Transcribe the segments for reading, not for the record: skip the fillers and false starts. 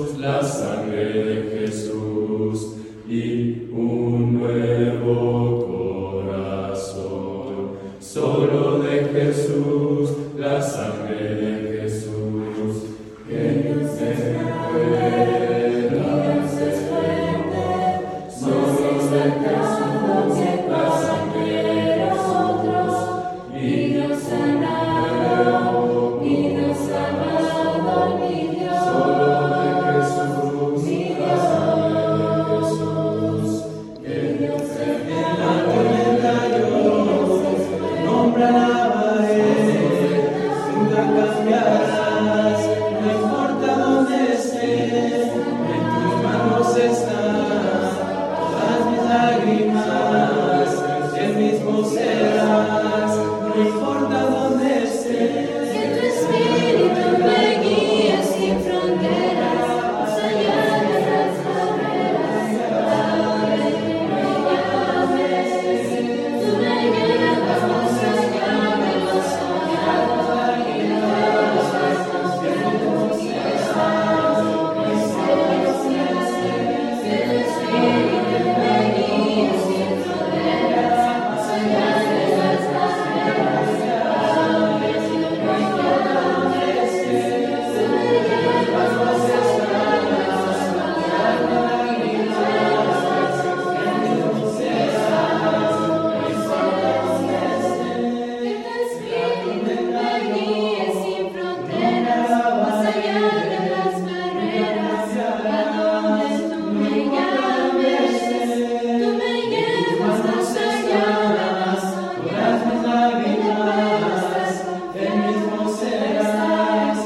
la sangre de Jesús y un nuevo corazón. Solo de Jesús, la sangre de Jesús, que Dios es fuerte, solo de Jesús, la sangre de nosotros, y Dios sanado, mi Dios amado, mi Dios, solo de Jesús, mi Dios, que Dios es fuerte, en la tormenta yo nombre alabaré, nunca cambiarás, no importa dónde estés, en tus manos están todas mis lágrimas, el mismo serás, no importa dónde estés. Que tu espíritu me guíe sin fronteras, más allá de las barreras, a donde tú me llames. Tú me llevas más allá de lo soñado, y de los pasos que hemos trazado. Que tu espíritu me guíe sin fronteras, más allá de las barreras, a donde tú me llames. Tú me llevas más allá de lo soñado, y de los pasos que hemos trazado. Que tu espíritu me guíe sin fronteras, más allá de las barreras, a donde tú me llames. Tú me llevas más allá de lo soñado, y de los pasos que hemos trazado.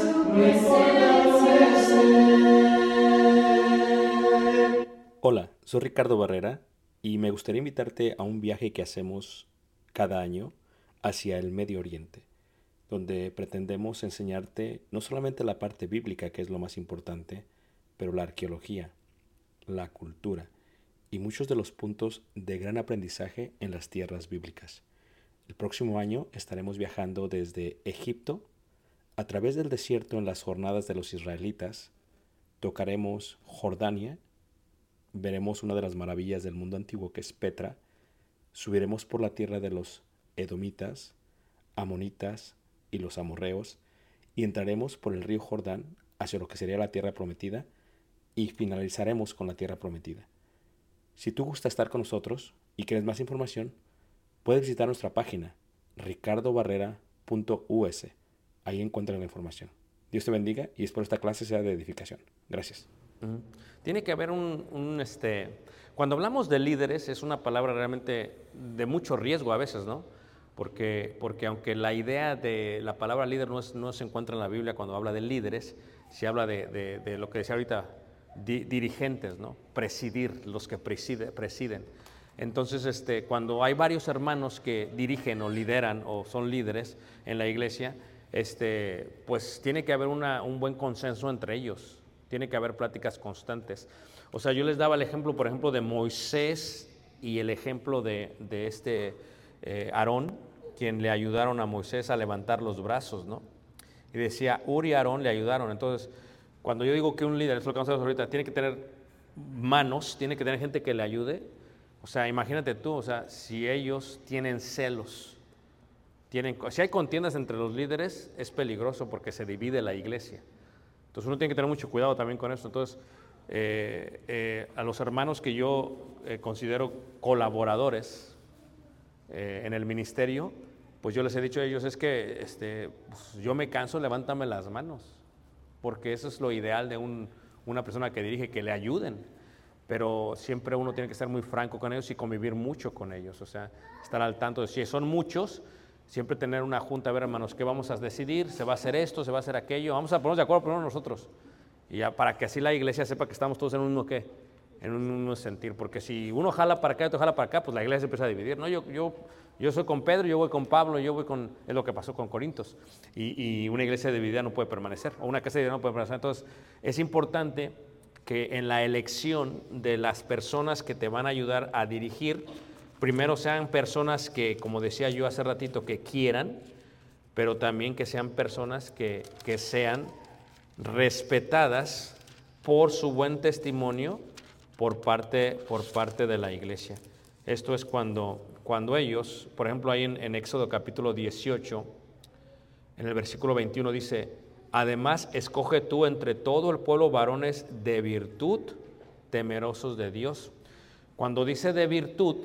Hola, soy Ricardo Barrera y me gustaría invitarte a un viaje que hacemos cada año hacia el Medio Oriente, donde pretendemos enseñarte no solamente la parte bíblica, que es lo más importante, pero la arqueología, la cultura y muchos de los puntos de gran aprendizaje en las tierras bíblicas. El próximo año estaremos viajando desde Egipto a través del desierto en las jornadas de los israelitas, tocaremos Jordania, veremos una de las maravillas del mundo antiguo que es Petra, subiremos por la tierra de los edomitas, amonitas y los amorreos y entraremos por el río Jordán hacia lo que sería la tierra prometida y finalizaremos con la tierra prometida. Si tú gustas estar con nosotros y quieres más información, puedes visitar nuestra página ricardobarrera.us. Ahí encuentras la información. Dios te bendiga y espero esta clase sea de edificación. Gracias. Tiene que haber cuando hablamos de líderes es una palabra realmente de mucho riesgo a veces, ¿no? Porque aunque la idea de la palabra líder no se encuentra en la Biblia cuando habla de líderes, se habla de lo que decía ahorita, dirigentes, ¿no? Presidir, los que presiden. Entonces, cuando hay varios hermanos que dirigen o lideran o son líderes en la iglesia, pues tiene que haber un buen consenso entre ellos. Tiene que haber pláticas constantes. O sea, yo les daba el ejemplo, por ejemplo, de Moisés y el ejemplo de Aarón, quien le ayudaron a Moisés a levantar los brazos, ¿no? Y decía, Uri y Aarón le ayudaron. Entonces, cuando yo digo que un líder, es lo que vamos a ver ahorita, tiene que tener manos, tiene que tener gente que le ayude. O sea, imagínate tú, o sea, si ellos tienen celos, si hay contiendas entre los líderes, es peligroso porque se divide la iglesia. Entonces uno tiene que tener mucho cuidado también con eso. Entonces, a los hermanos que yo considero colaboradores en el ministerio, pues yo les he dicho a ellos, es que pues yo me canso, levántame las manos, porque eso es lo ideal de una persona que dirige, que le ayuden. Pero siempre uno tiene que ser muy franco con ellos y convivir mucho con ellos, o sea, estar al tanto de si son muchos, siempre tener una junta, a ver hermanos, ¿qué vamos a decidir? ¿Se va a hacer esto? ¿Se va a hacer aquello? Vamos a ponernos de acuerdo primero nosotros, y ya para que así la iglesia sepa que estamos todos en un mismo, ¿qué? En un mismo sentir, porque si uno jala para acá y otro jala para acá, pues la iglesia se empieza a dividir, ¿no? Yo soy con Pedro, yo voy con Pablo, es lo que pasó con Corintios, y una iglesia dividida no puede permanecer, o una casa dividida no puede permanecer. Entonces es importante que en la elección de las personas que te van a ayudar a dirigir, primero sean personas que, como decía yo hace ratito, que quieran, pero también que sean personas que sean respetadas por su buen testimonio por parte de la iglesia. Esto es cuando ellos, por ejemplo, ahí en Éxodo capítulo 18, en el versículo 21 dice: además, escoge tú entre todo el pueblo varones de virtud, temerosos de Dios. Cuando dice de virtud,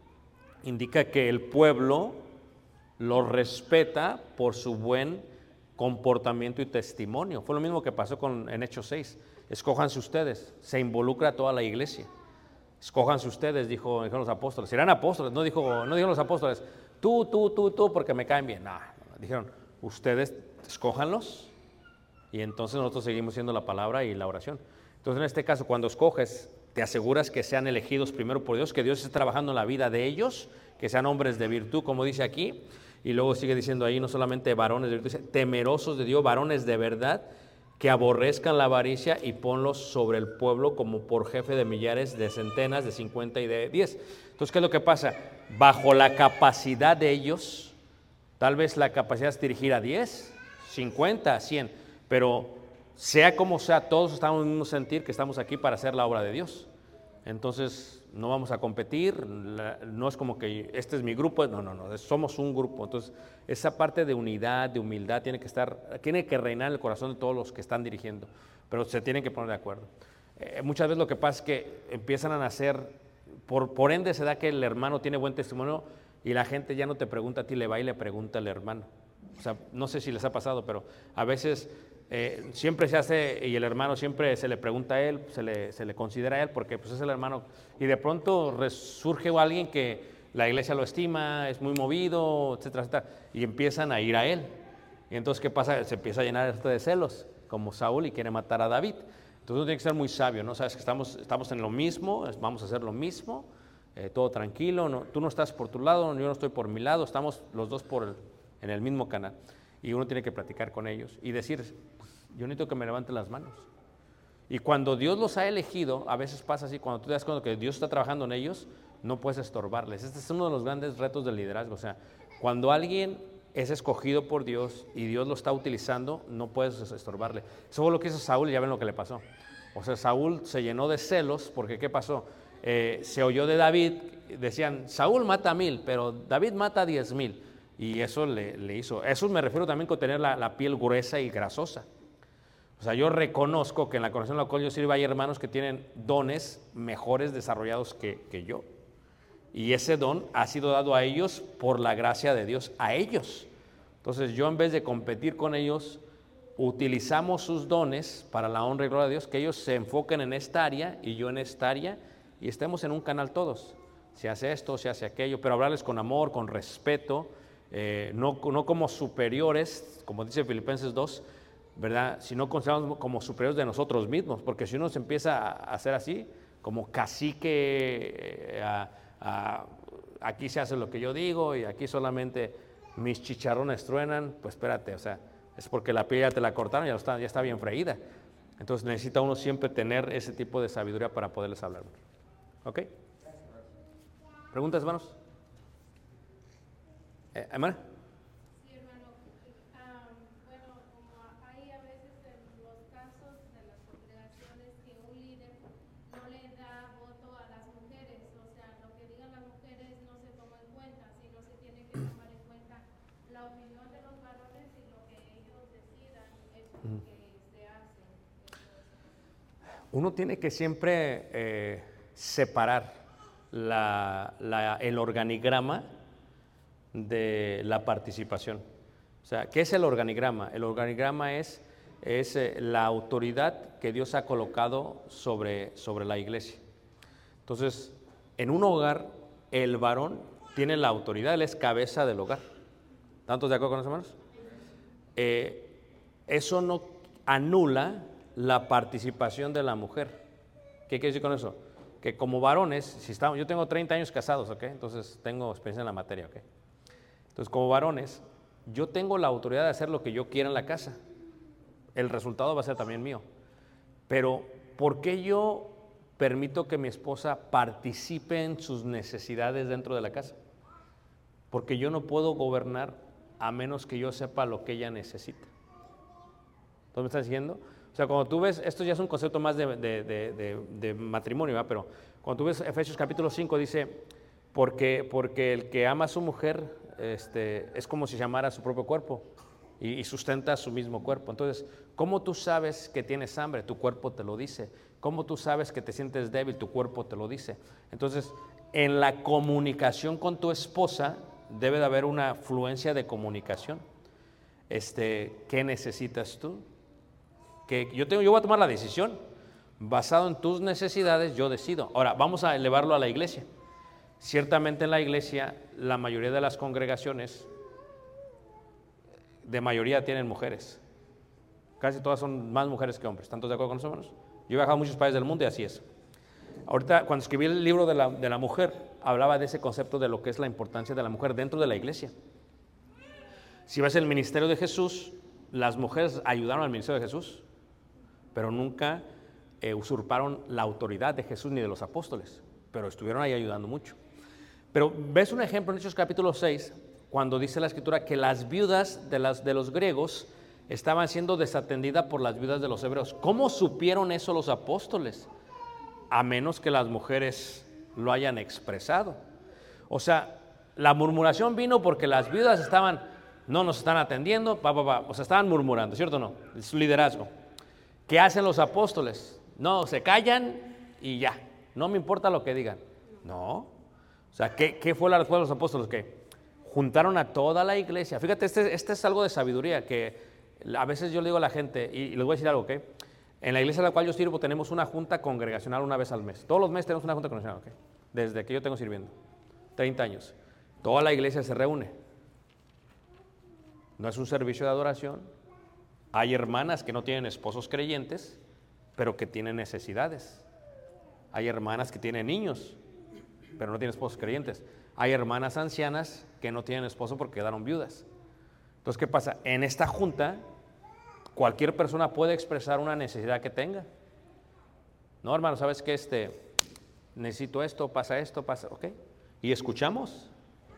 indica que el pueblo lo respeta por su buen comportamiento y testimonio. Fue lo mismo que pasó en Hechos 6. Escójanse ustedes, se involucra toda la iglesia. Escójanse ustedes, dijeron los apóstoles. Serán apóstoles, no dijeron los apóstoles, tú, porque me caen bien. No, dijeron, ustedes escójanlos, y entonces nosotros seguimos siendo la palabra y la oración. Entonces, en este caso, cuando escoges, te aseguras que sean elegidos primero por Dios, que Dios esté trabajando en la vida de ellos, que sean hombres de virtud, como dice aquí, y luego sigue diciendo ahí, no solamente varones de virtud, dice, temerosos de Dios, varones de verdad, que aborrezcan la avaricia, y ponlos sobre el pueblo como por jefe de millares, de centenas, de 50 y de 10. Entonces, ¿qué es lo que pasa? Bajo la capacidad de ellos, tal vez la capacidad es dirigir a 10, 50, 100, pero sea como sea, todos estamos en el mismo sentir que estamos aquí para hacer la obra de Dios. Entonces, no vamos a competir, no es como que este es mi grupo, no, somos un grupo. Entonces, esa parte de unidad, de humildad tiene que reinar en el corazón de todos los que están dirigiendo, pero se tienen que poner de acuerdo. Muchas veces lo que pasa es que empiezan a nacer, por ende se da que el hermano tiene buen testimonio y la gente ya no te pregunta a ti, le va y le pregunta al hermano. O sea, no sé si les ha pasado, pero a veces siempre se hace, y el hermano siempre se le pregunta a él, se le considera a él, porque pues es el hermano, y de pronto resurge alguien que la iglesia lo estima, es muy movido, etcétera, etcétera, y empiezan a ir a él. Y entonces, ¿qué pasa? Se empieza a llenar esto de celos, como Saúl, y quiere matar a David. Entonces uno tiene que ser muy sabio, ¿no? Sabes que estamos en lo mismo, vamos a hacer lo mismo, todo tranquilo, no, tú no estás por tu lado, yo no estoy por mi lado, estamos los dos en el mismo canal. Y uno tiene que platicar con ellos y decir, yo necesito que me levanten las manos. Y cuando Dios los ha elegido, a veces pasa así, cuando tú te das cuenta que Dios está trabajando en ellos, no puedes estorbarles. Este es uno de los grandes retos del liderazgo. O sea, cuando alguien es escogido por Dios y Dios lo está utilizando, no puedes estorbarle. Eso fue lo que hizo Saúl y ya ven lo que le pasó. O sea, Saúl se llenó de celos porque ¿qué pasó? Se oyó de David, decían, Saúl mata a 1000, pero David mata a 10,000. Y eso le hizo. Eso me refiero también con tener la piel gruesa y grasosa. O sea, yo reconozco que en la conexión a la cual yo sirvo hay hermanos que tienen dones mejores desarrollados que yo. Y ese don ha sido dado a ellos por la gracia de Dios, a ellos. Entonces yo, en vez de competir con ellos, utilizamos sus dones para la honra y gloria de Dios, que ellos se enfoquen en esta área y yo en esta área, y estemos en un canal todos. Se hace esto, se hace aquello, pero hablarles con amor, con respeto, no como superiores, como dice Filipenses 2, ¿verdad? Si no consideramos como superiores de nosotros mismos, porque si uno se empieza a hacer así, como cacique, aquí se hace lo que yo digo y aquí solamente mis chicharrones truenan, pues espérate, o sea, es porque la piel ya te la cortaron, ya está bien freída. Entonces necesita uno siempre tener ese tipo de sabiduría para poderles hablar. ¿Ok? ¿Preguntas, hermanos? ¿Hermana? Sí, hermano. Bueno, como hay a veces en los casos de las congregaciones que un líder no le da voto a las mujeres, o sea, lo que digan las mujeres no se toma en cuenta, sino se tiene que tomar en cuenta la opinión de los varones y lo que ellos decidan es lo que se hace. Uno tiene que siempre separar el organigrama de la participación. O sea, ¿qué es el organigrama? El organigrama es la autoridad que Dios ha colocado sobre la iglesia. Entonces, en un hogar, el varón tiene la autoridad, él es cabeza del hogar. ¿Tantos de acuerdo con eso, hermanos? Eso no anula la participación de la mujer. ¿Qué quiere decir con eso? Que como varones, yo tengo 30 años casados, ¿ok? Entonces tengo experiencia en la materia, ¿ok? Entonces, como varones, yo tengo la autoridad de hacer lo que yo quiera en la casa. El resultado va a ser también mío. Pero, ¿por qué yo permito que mi esposa participe en sus necesidades dentro de la casa? Porque yo no puedo gobernar a menos que yo sepa lo que ella necesita. ¿Entonces me están siguiendo? O sea, cuando tú ves, esto ya es un concepto más de matrimonio, ¿verdad? Pero cuando tú ves Efesios capítulo 5 dice, porque el que ama a su mujer es como si llamara a su propio cuerpo y sustenta su mismo cuerpo. Entonces, ¿cómo tú sabes que tienes hambre? Tu cuerpo te lo dice. ¿Cómo tú sabes que te sientes débil? Tu cuerpo te lo dice. Entonces, en la comunicación con tu esposa debe de haber una fluencia de comunicación. ¿Qué necesitas tú? Yo voy a tomar la decisión. Basado en tus necesidades, yo decido. Ahora, vamos a elevarlo a la iglesia. Ciertamente en la iglesia, la mayoría de las congregaciones, de mayoría tienen mujeres. Casi todas son más mujeres que hombres. ¿Están todos de acuerdo con nosotros? Yo he viajado a muchos países del mundo y así es. Ahorita, cuando escribí el libro de la mujer, hablaba de ese concepto de lo que es la importancia de la mujer dentro de la iglesia. Si ves el ministerio de Jesús, las mujeres ayudaron al ministerio de Jesús, pero nunca usurparon la autoridad de Jesús ni de los apóstoles, pero estuvieron ahí ayudando mucho. Pero ves un ejemplo en Hechos capítulo 6, cuando dice la escritura que las viudas de los griegos estaban siendo desatendidas por las viudas de los hebreos. ¿Cómo supieron eso los apóstoles? A menos que las mujeres lo hayan expresado. O sea, la murmuración vino porque las viudas no nos están atendiendo, o sea, estaban murmurando, ¿cierto o no? Es su liderazgo. ¿Qué hacen los apóstoles? No, se callan y ya, no me importa lo que digan. No. O sea, ¿qué fue la respuesta de los apóstoles? ¿Qué? Juntaron a toda la iglesia. Fíjate, este es algo de sabiduría que a veces yo le digo a la gente, y les voy a decir algo, ¿ok? En la iglesia en la cual yo sirvo tenemos una junta congregacional una vez al mes. Todos los meses tenemos una junta congregacional, ¿ok? Desde que yo tengo sirviendo, 30 años. Toda la iglesia se reúne. No es un servicio de adoración. Hay hermanas que no tienen esposos creyentes, pero que tienen necesidades. Hay hermanas que tienen niños, pero no tienen esposos creyentes. Hay hermanas ancianas que no tienen esposo porque quedaron viudas. Entonces, ¿qué pasa? En esta junta, cualquier persona puede expresar una necesidad que tenga. No, hermano, ¿sabes qué? Necesito esto, ¿ok? Y escuchamos.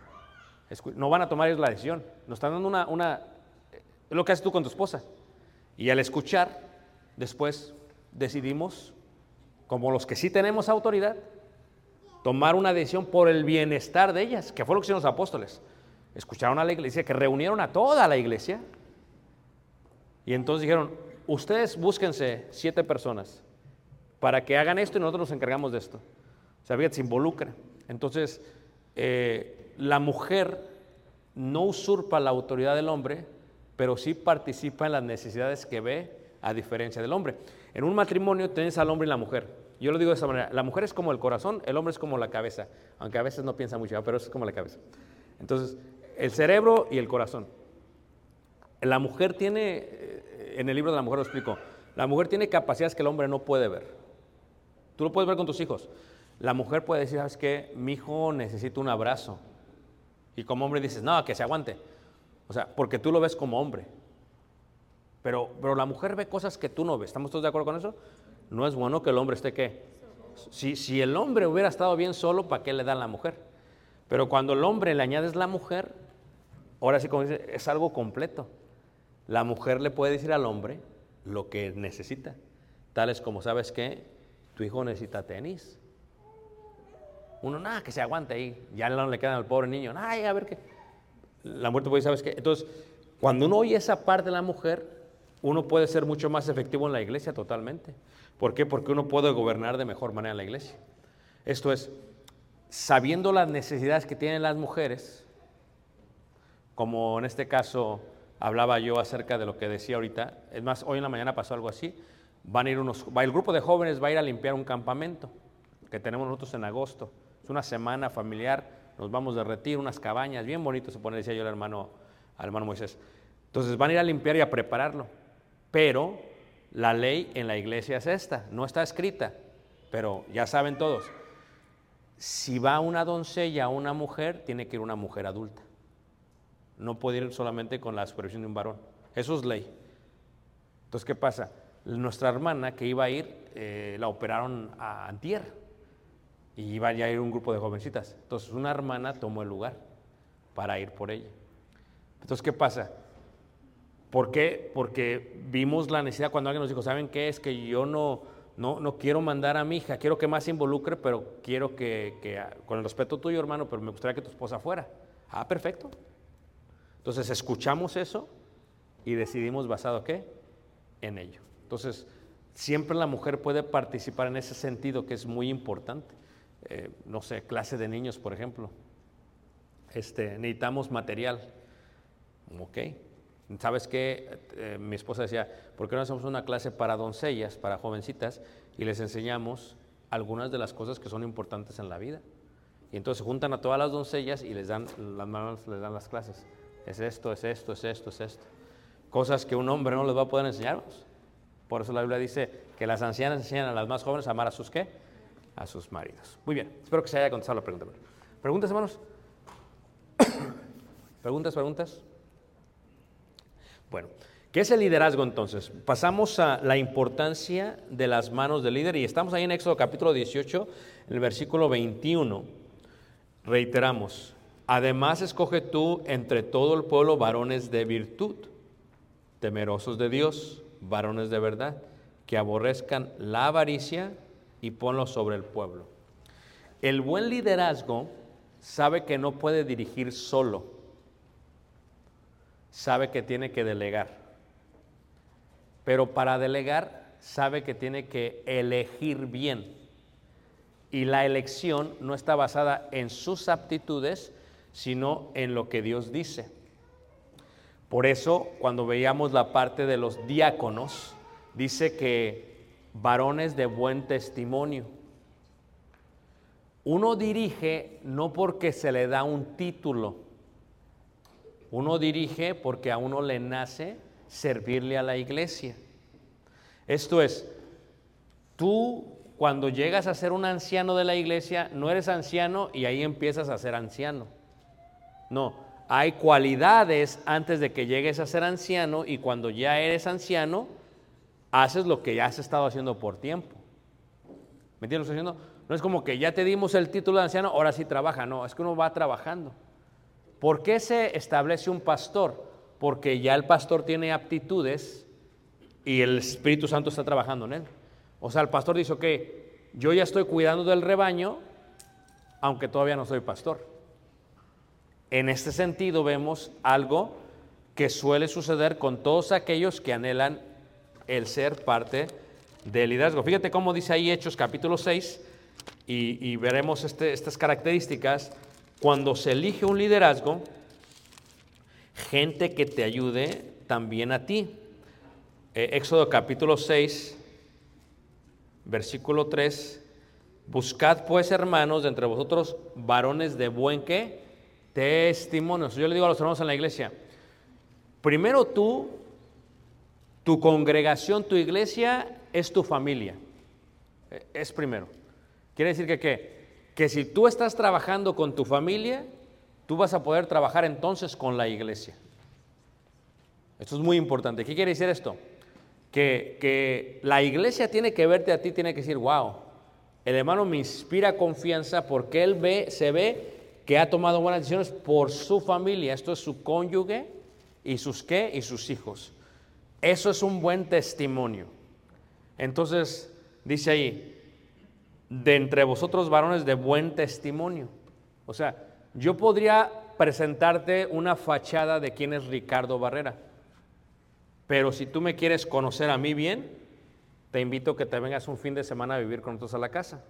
No van a tomar ellos la decisión. Nos están dando es lo que haces tú con tu esposa. Y al escuchar, después decidimos, como los que sí tenemos autoridad, tomar una decisión por el bienestar de ellas, que fue lo que hicieron los apóstoles. Escucharon a la iglesia, que reunieron a toda la iglesia, y entonces dijeron, ustedes búsquense 7 personas para que hagan esto y nosotros nos encargamos de esto. O sea, fíjate, se involucra. Entonces, la mujer no usurpa la autoridad del hombre, pero sí participa en las necesidades que ve, a diferencia del hombre. En un matrimonio tienes al hombre y la mujer. Yo lo digo de esa manera, la mujer es como el corazón, el hombre es como la cabeza, aunque a veces no piensa mucho, pero es como la cabeza. Entonces, el cerebro y el corazón. La mujer tiene, en el libro de la mujer lo explico, la mujer tiene capacidades que el hombre no puede ver. Tú lo puedes ver con tus hijos. La mujer puede decir, ¿sabes qué? Mi hijo necesita un abrazo. Y como hombre dices, no, que se aguante. O sea, porque tú lo ves como hombre. Pero la mujer ve cosas que tú no ves. ¿Estamos todos de acuerdo con eso? No es bueno que el hombre esté, ¿qué? Si el hombre hubiera estado bien solo, ¿para qué le dan la mujer? Pero cuando el hombre le añades la mujer, ahora sí, como dice, es algo completo. La mujer le puede decir al hombre lo que necesita. Tales como, ¿sabes qué? Tu hijo necesita tenis. Uno, nada, que se aguante ahí. Ya no le quedan al pobre niño. Ay, a ver qué. La mujer te puede decir, ¿sabes qué? Entonces, cuando uno oye esa parte de la mujer, uno puede ser mucho más efectivo en la iglesia totalmente. ¿Por qué? Porque uno puede gobernar de mejor manera en la iglesia. Esto es, sabiendo las necesidades que tienen las mujeres, como en este caso hablaba yo acerca de lo que decía ahorita, es más, hoy en la mañana pasó algo así, el grupo de jóvenes va a ir a limpiar un campamento que tenemos nosotros en agosto. Es una semana familiar, nos vamos de retiro, unas cabañas, bien bonito se pone, decía yo al hermano Moisés. Entonces van a ir a limpiar y a prepararlo, pero la ley en la iglesia es esta, no está escrita, pero ya saben todos, si va una doncella o una mujer, tiene que ir una mujer adulta, no puede ir solamente con la supervisión de un varón, eso es ley. Entonces, ¿qué pasa? Nuestra hermana que iba a ir, la operaron antier, y iba ya a ir un grupo de jovencitas, entonces una hermana tomó el lugar para ir por ella. Entonces, ¿qué pasa? ¿Por qué? Porque vimos la necesidad cuando alguien nos dijo, ¿saben qué? Es que yo no quiero mandar a mi hija, quiero que más se involucre, pero quiero que con el respeto tuyo, hermano, pero me gustaría que tu esposa fuera. Ah, perfecto. Entonces escuchamos eso y decidimos basado ¿qué? En ello. Entonces, siempre la mujer puede participar en ese sentido que es muy importante. No sé, clase de niños, por ejemplo. Necesitamos material. Ok. ¿Sabes qué? Mi esposa decía, ¿por qué no hacemos una clase para doncellas, para jovencitas, y les enseñamos algunas de las cosas que son importantes en la vida? Y entonces juntan a todas las doncellas y les dan las clases. Es esto, es esto, es esto, es esto. Cosas que un hombre no les va a poder enseñarnos. Por eso la Biblia dice que las ancianas enseñan a las más jóvenes a amar a sus ¿qué? A sus maridos. Muy bien, espero que se haya contestado la pregunta. ¿Preguntas, hermanos? ¿Preguntas? Bueno, ¿qué es el liderazgo entonces? Pasamos a la importancia de las manos del líder y estamos ahí en Éxodo capítulo 18, en el versículo 21. Reiteramos, además escoge tú entre todo el pueblo varones de virtud, temerosos de Dios, varones de verdad, que aborrezcan la avaricia y ponlos sobre el pueblo. El buen liderazgo sabe que no puede dirigir solo, sabe que tiene que delegar, pero para delegar sabe que tiene que elegir bien, y la elección no está basada en sus aptitudes, sino en lo que Dios dice. Por eso, cuando veíamos la parte de los diáconos, dice que varones de buen testimonio. Uno dirige no porque se le da un título, uno dirige porque a uno le nace servirle a la iglesia. Esto es, tú cuando llegas a ser un anciano de la iglesia, no eres anciano y ahí empiezas a ser anciano. No, hay cualidades antes de que llegues a ser anciano y cuando ya eres anciano, haces lo que ya has estado haciendo por tiempo. ¿Me entiendes lo que estoy diciendo? No es como que ya te dimos el título de anciano, ahora sí trabaja. No, es que uno va trabajando. ¿Por qué se establece un pastor? Porque ya el pastor tiene aptitudes y el Espíritu Santo está trabajando en él. O sea, el pastor dice, ok, yo ya estoy cuidando del rebaño, aunque todavía no soy pastor. En este sentido vemos algo que suele suceder con todos aquellos que anhelan el ser parte del liderazgo. Fíjate cómo dice ahí Hechos capítulo 6 y veremos estas características. Cuando se elige un liderazgo, gente que te ayude también a ti. Éxodo capítulo 6, versículo 3, buscad pues, hermanos, de entre vosotros varones de buen ¿qué? Testimonio. Yo le digo a los hermanos en la iglesia, primero tú, tu congregación, tu iglesia es tu familia. Es primero. Quiere decir que si tú estás trabajando con tu familia, tú vas a poder trabajar entonces con la iglesia. Esto es muy importante. ¿Qué quiere decir esto? Que la iglesia tiene que verte a ti, tiene que decir, wow, el hermano me inspira confianza porque él se ve que ha tomado buenas decisiones por su familia. Esto es su cónyuge y sus ¿qué? Y sus hijos. Eso es un buen testimonio. Entonces, dice ahí, de entre vosotros varones de buen testimonio. O sea, yo podría presentarte una fachada de quién es Ricardo Barrera, pero si tú me quieres conocer a mí bien, te invito a que te vengas un fin de semana a vivir con nosotros a la casa.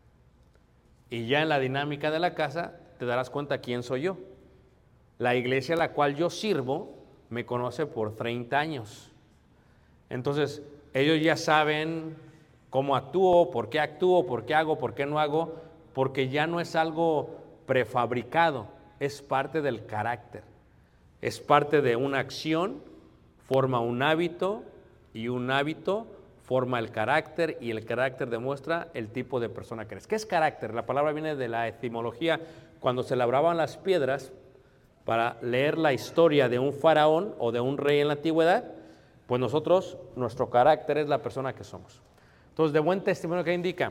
Y ya en la dinámica de la casa te darás cuenta quién soy yo. La iglesia a la cual yo sirvo me conoce por 30 años. Entonces, ellos ya saben cómo actúo, por qué hago, por qué no hago, porque ya no es algo prefabricado, es parte del carácter, es parte de una acción, forma un hábito y un hábito forma el carácter y el carácter demuestra el tipo de persona que eres. ¿Qué es carácter? La palabra viene de la etimología. Cuando se labraban las piedras para leer la historia de un faraón o de un rey en la antigüedad, pues nuestro carácter es la persona que somos. Entonces, de buen testimonio, ¿qué indica?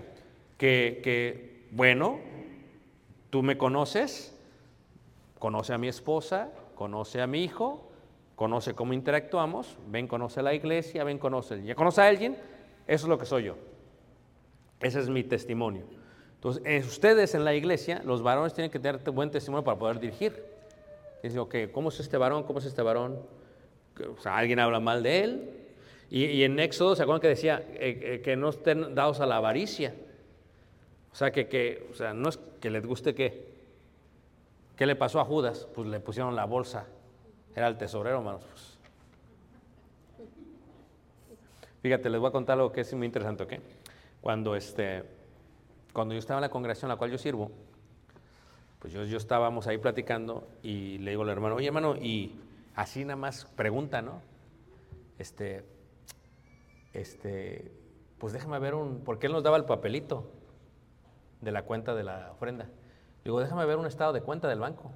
Que bueno, tú me conoces, conoce a mi esposa, conoce a mi hijo, conoce cómo interactuamos, ven, conoce la iglesia, ven, conoce, ya conoce a alguien, eso es lo que soy yo. Ese es mi testimonio. Entonces, ustedes en la iglesia, los varones tienen que tener buen testimonio para poder dirigir. Dicen, ok, ¿cómo es este varón? ¿Cómo es este varón? O sea, alguien habla mal de él. Y en Éxodo, ¿se acuerdan que decía que no estén dados a la avaricia? O sea, o sea, no es que les guste qué. ¿Qué le pasó a Judas? Pues le pusieron la bolsa. Era el tesorero, hermanos. Pues. Fíjate, les voy a contar algo que es muy interesante, ¿ok? Cuando yo estaba en la congregación a la cual yo sirvo, pues yo estábamos ahí platicando y le digo al hermano, oye hermano, y así nada más pregunta, ¿no? Pues déjame ver porque él nos daba el papelito de la cuenta de la ofrenda. Digo, déjame ver un estado de cuenta del banco.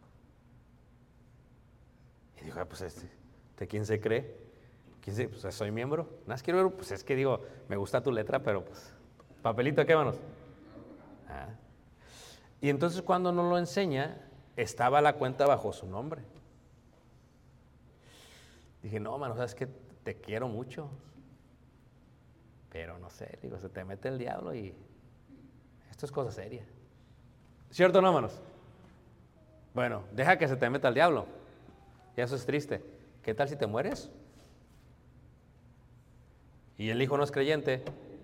Y digo, pues ¿de quién se cree? Pues soy miembro. Nada más quiero ver, pues es que digo, me gusta tu letra, pero pues, papelito, ¿qué manos? Y entonces cuando nos lo enseña, estaba la cuenta bajo su nombre. Dije, no, mano, sabes que te quiero mucho. Pero no sé, digo, se te mete el diablo y esto es cosa seria. ¿Cierto o no, manos? Bueno, deja que se te meta el diablo. Y eso es triste. ¿Qué tal si te mueres? Y el hijo no es creyente.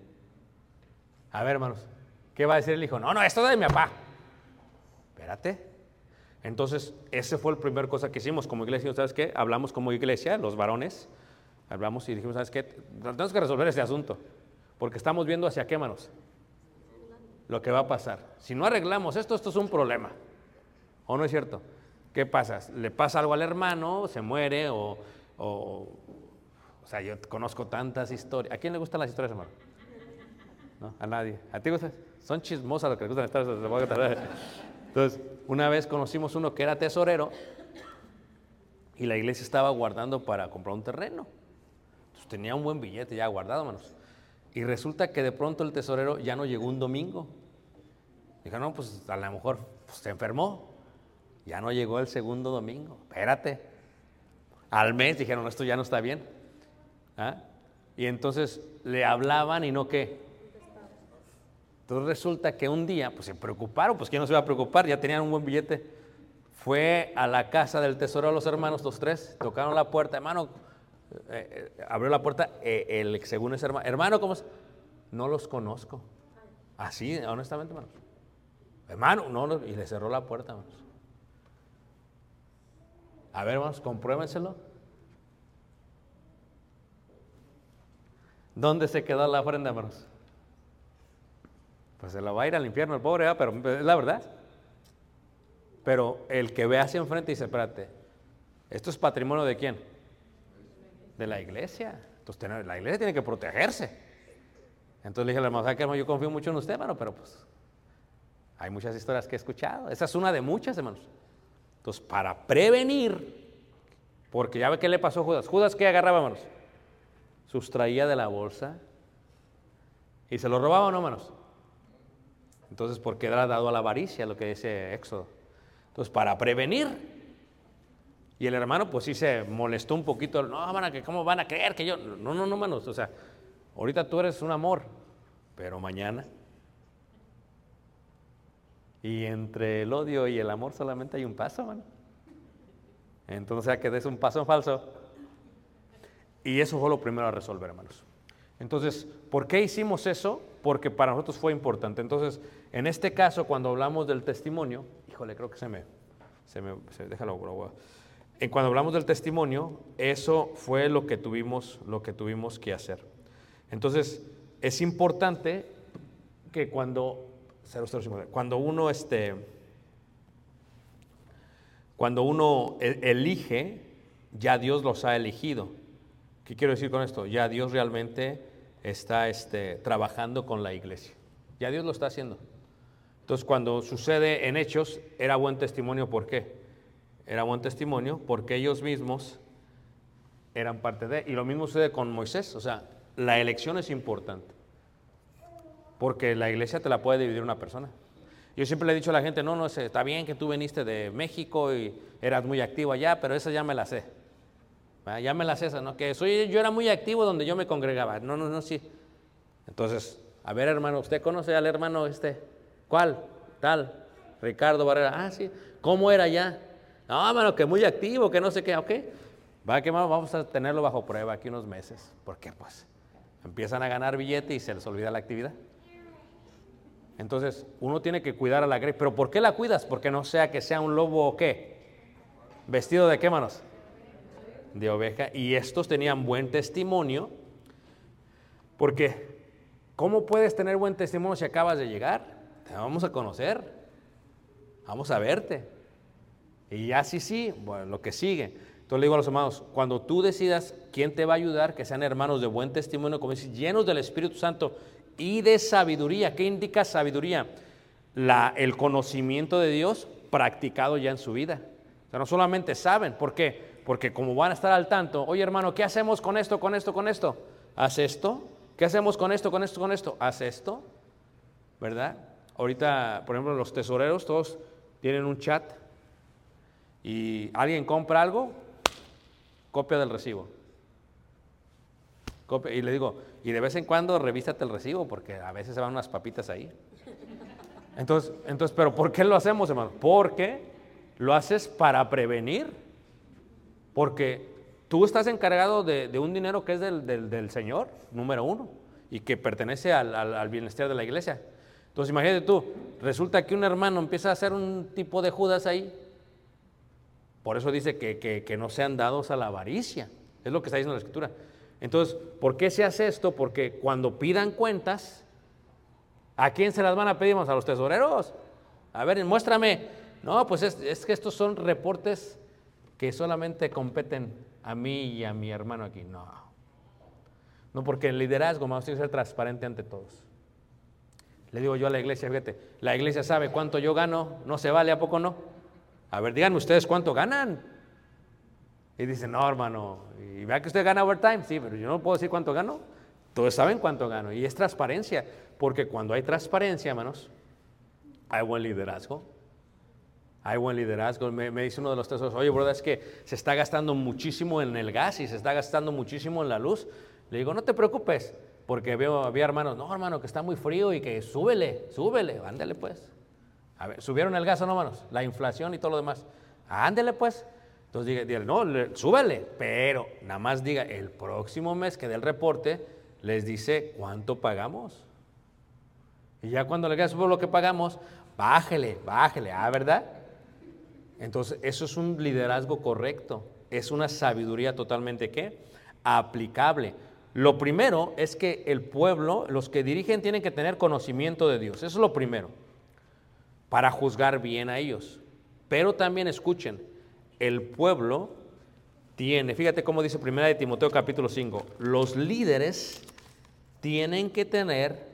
A ver, hermanos, ¿qué va a decir el hijo? No, esto es de mi papá. Espérate. Entonces, ese fue la primera cosa que hicimos como iglesia. ¿Sabes qué? Hablamos como iglesia, los varones. Hablamos y dijimos, ¿sabes qué? Tenemos que resolver este asunto. Porque estamos viendo hacia qué, manos. Lo que va a pasar. Si no arreglamos esto es un problema. ¿O no es cierto? ¿Qué pasa? Le pasa algo al hermano, se muere o sea, yo conozco tantas historias. ¿A quién le gustan las historias, hermano? ¿No? A nadie. ¿A ti gustan? Son chismosas los que les gustan las historias. Entonces, una vez conocimos uno que era tesorero y la iglesia estaba guardando para comprar un terreno. Entonces, tenía un buen billete ya guardado, hermanos. Y resulta que de pronto el tesorero ya no llegó un domingo. Dijo, no, pues a lo mejor se enfermó. Ya no llegó el segundo domingo. Espérate. Al mes dijeron, esto ya no está bien. Y entonces le hablaban y no qué. Entonces resulta que un día, pues se preocuparon, pues ¿quién no se iba a preocupar? Ya tenían un buen billete. Fue a la casa del tesorero de los hermanos, los tres, tocaron la puerta, hermano, abrió la puerta, según ese hermano, ¿cómo es? No los conozco. Así, honestamente, hermano, no, y le cerró la puerta, hermanos. A ver, hermanos, compruébenselo. ¿Dónde se quedó la ofrenda, hermanos? Pues se la va a ir al infierno el pobre, ¿verdad? Pero es la verdad. Pero el que ve hacia enfrente dice, espérate, ¿esto es patrimonio de quién? De la iglesia. Entonces la iglesia tiene que protegerse. Entonces le dije al hermano, ¿sabe qué, hermano? Yo confío mucho en usted, hermano, pero pues hay muchas historias que he escuchado. Esa es una de muchas, hermanos. Entonces, para prevenir, porque ya ve qué le pasó a Judas. ¿Judas qué agarraba, hermanos? Sustraía de la bolsa y se lo robaba, ¿no, hermanos? Entonces, porque era dado a la avaricia, lo que dice Éxodo. Entonces, para prevenir. Y el hermano, pues sí se molestó un poquito. No, hermano, ¿cómo van a creer que yo? No, hermanos. O sea, ahorita tú eres un amor, pero mañana. Y entre el odio y el amor solamente hay un paso, hermano. Entonces, o sea, que des un paso falso. Y eso fue lo primero a resolver, hermanos. Entonces, ¿por qué hicimos eso? Porque para nosotros fue importante. Entonces, en este caso, cuando hablamos del testimonio, híjole, creo que déjalo. Cuando hablamos del testimonio, eso fue lo que tuvimos que hacer. Entonces, es importante que cuando uno elige, ya Dios los ha elegido. ¿Qué quiero decir con esto? Ya Dios realmente está trabajando con la iglesia. Ya Dios lo está haciendo. Entonces, cuando sucede en Hechos, era buen testimonio. ¿Por qué? Era buen testimonio porque ellos mismos eran parte de. Y lo mismo sucede con Moisés. O sea, la elección es importante. Porque la iglesia te la puede dividir una persona. Yo siempre le he dicho a la gente, no, está bien que tú viniste de México y eras muy activo allá, pero esa ya me la sé. Ya me las esas, ¿no? Que yo era muy activo donde yo me congregaba. No, sí. Entonces, a ver, hermano, ¿usted conoce al hermano ¿Cuál? Tal, Ricardo Barrera. Ah, sí. ¿Cómo era ya? No, hermano, que muy activo, que no sé qué. Ok. Vamos a tenerlo bajo prueba aquí unos meses. Porque pues empiezan a ganar billete y se les olvida la actividad. Entonces, uno tiene que cuidar a la grey. ¿Pero por qué la cuidas? Porque no sea que sea un lobo o qué. ¿Vestido de qué, manos? De oveja. Y estos tenían buen testimonio. Porque, ¿cómo puedes tener buen testimonio si acabas de llegar? Te vamos a conocer. Vamos a verte. Y ya sí, bueno, lo que sigue. Entonces le digo a los hermanos, cuando tú decidas quién te va a ayudar, que sean hermanos de buen testimonio, como dices, llenos del Espíritu Santo y de sabiduría. ¿Qué indica sabiduría? El conocimiento de Dios practicado ya en su vida. O sea, no solamente saben, ¿por qué? Porque como van a estar al tanto, oye hermano, ¿qué hacemos con esto, con esto, con esto? ¿Haz esto? ¿Qué hacemos con esto, con esto, con esto? ¿Haz esto? ¿Verdad? Ahorita, por ejemplo, los tesoreros todos tienen un chat y alguien compra algo, copia del recibo. Y le digo, y de vez en cuando revísate el recibo porque a veces se van unas papitas ahí. Entonces, ¿pero por qué lo hacemos, hermano? Porque lo haces para prevenir. Porque tú estás encargado de un dinero que es del Señor, número uno, y que pertenece al bienestar de la iglesia. Entonces imagínate tú, resulta que un hermano empieza a hacer un tipo de Judas ahí. Por eso dice que no sean dados a la avaricia. Es lo que está diciendo la Escritura. Entonces, ¿por qué se hace esto? Porque cuando pidan cuentas, ¿a quién se las van a pedir? ¿A los tesoreros? A ver, muéstrame. No, pues es que estos son reportes que solamente competen a mí y a mi hermano aquí. No, porque el liderazgo, vamos a ser transparente ante todos. Le digo yo a la iglesia, fíjate, la iglesia sabe cuánto yo gano, no se vale, ¿a poco no? A ver, díganme ustedes cuánto ganan. Y dicen, no, hermano, y vea que usted gana overtime, sí, pero yo no puedo decir cuánto gano. Todos saben cuánto gano, y es transparencia, porque cuando hay transparencia, hermanos, hay buen liderazgo. Hay buen liderazgo. Me dice uno de los tesoros, oye, brother, es que se está gastando muchísimo en el gas y se está gastando muchísimo en la luz. Le digo, no te preocupes, porque había hermanos, no, hermano, que está muy frío y que súbele, ándale pues. A ver, ¿subieron el gas o no, hermanos? La inflación y todo lo demás. Ándale pues. Entonces dígale, no, súbele, pero nada más diga, el próximo mes que dé el reporte, les dice cuánto pagamos. Y ya cuando le queda sobre lo que pagamos, bájele, ¿verdad? Entonces, eso es un liderazgo correcto, es una sabiduría totalmente, ¿qué? Aplicable. Lo primero es que el pueblo, los que dirigen, tienen que tener conocimiento de Dios, eso es lo primero, para juzgar bien a ellos. Pero también escuchen, el pueblo tiene, fíjate cómo dice 1 de Timoteo capítulo 5, los líderes tienen que tener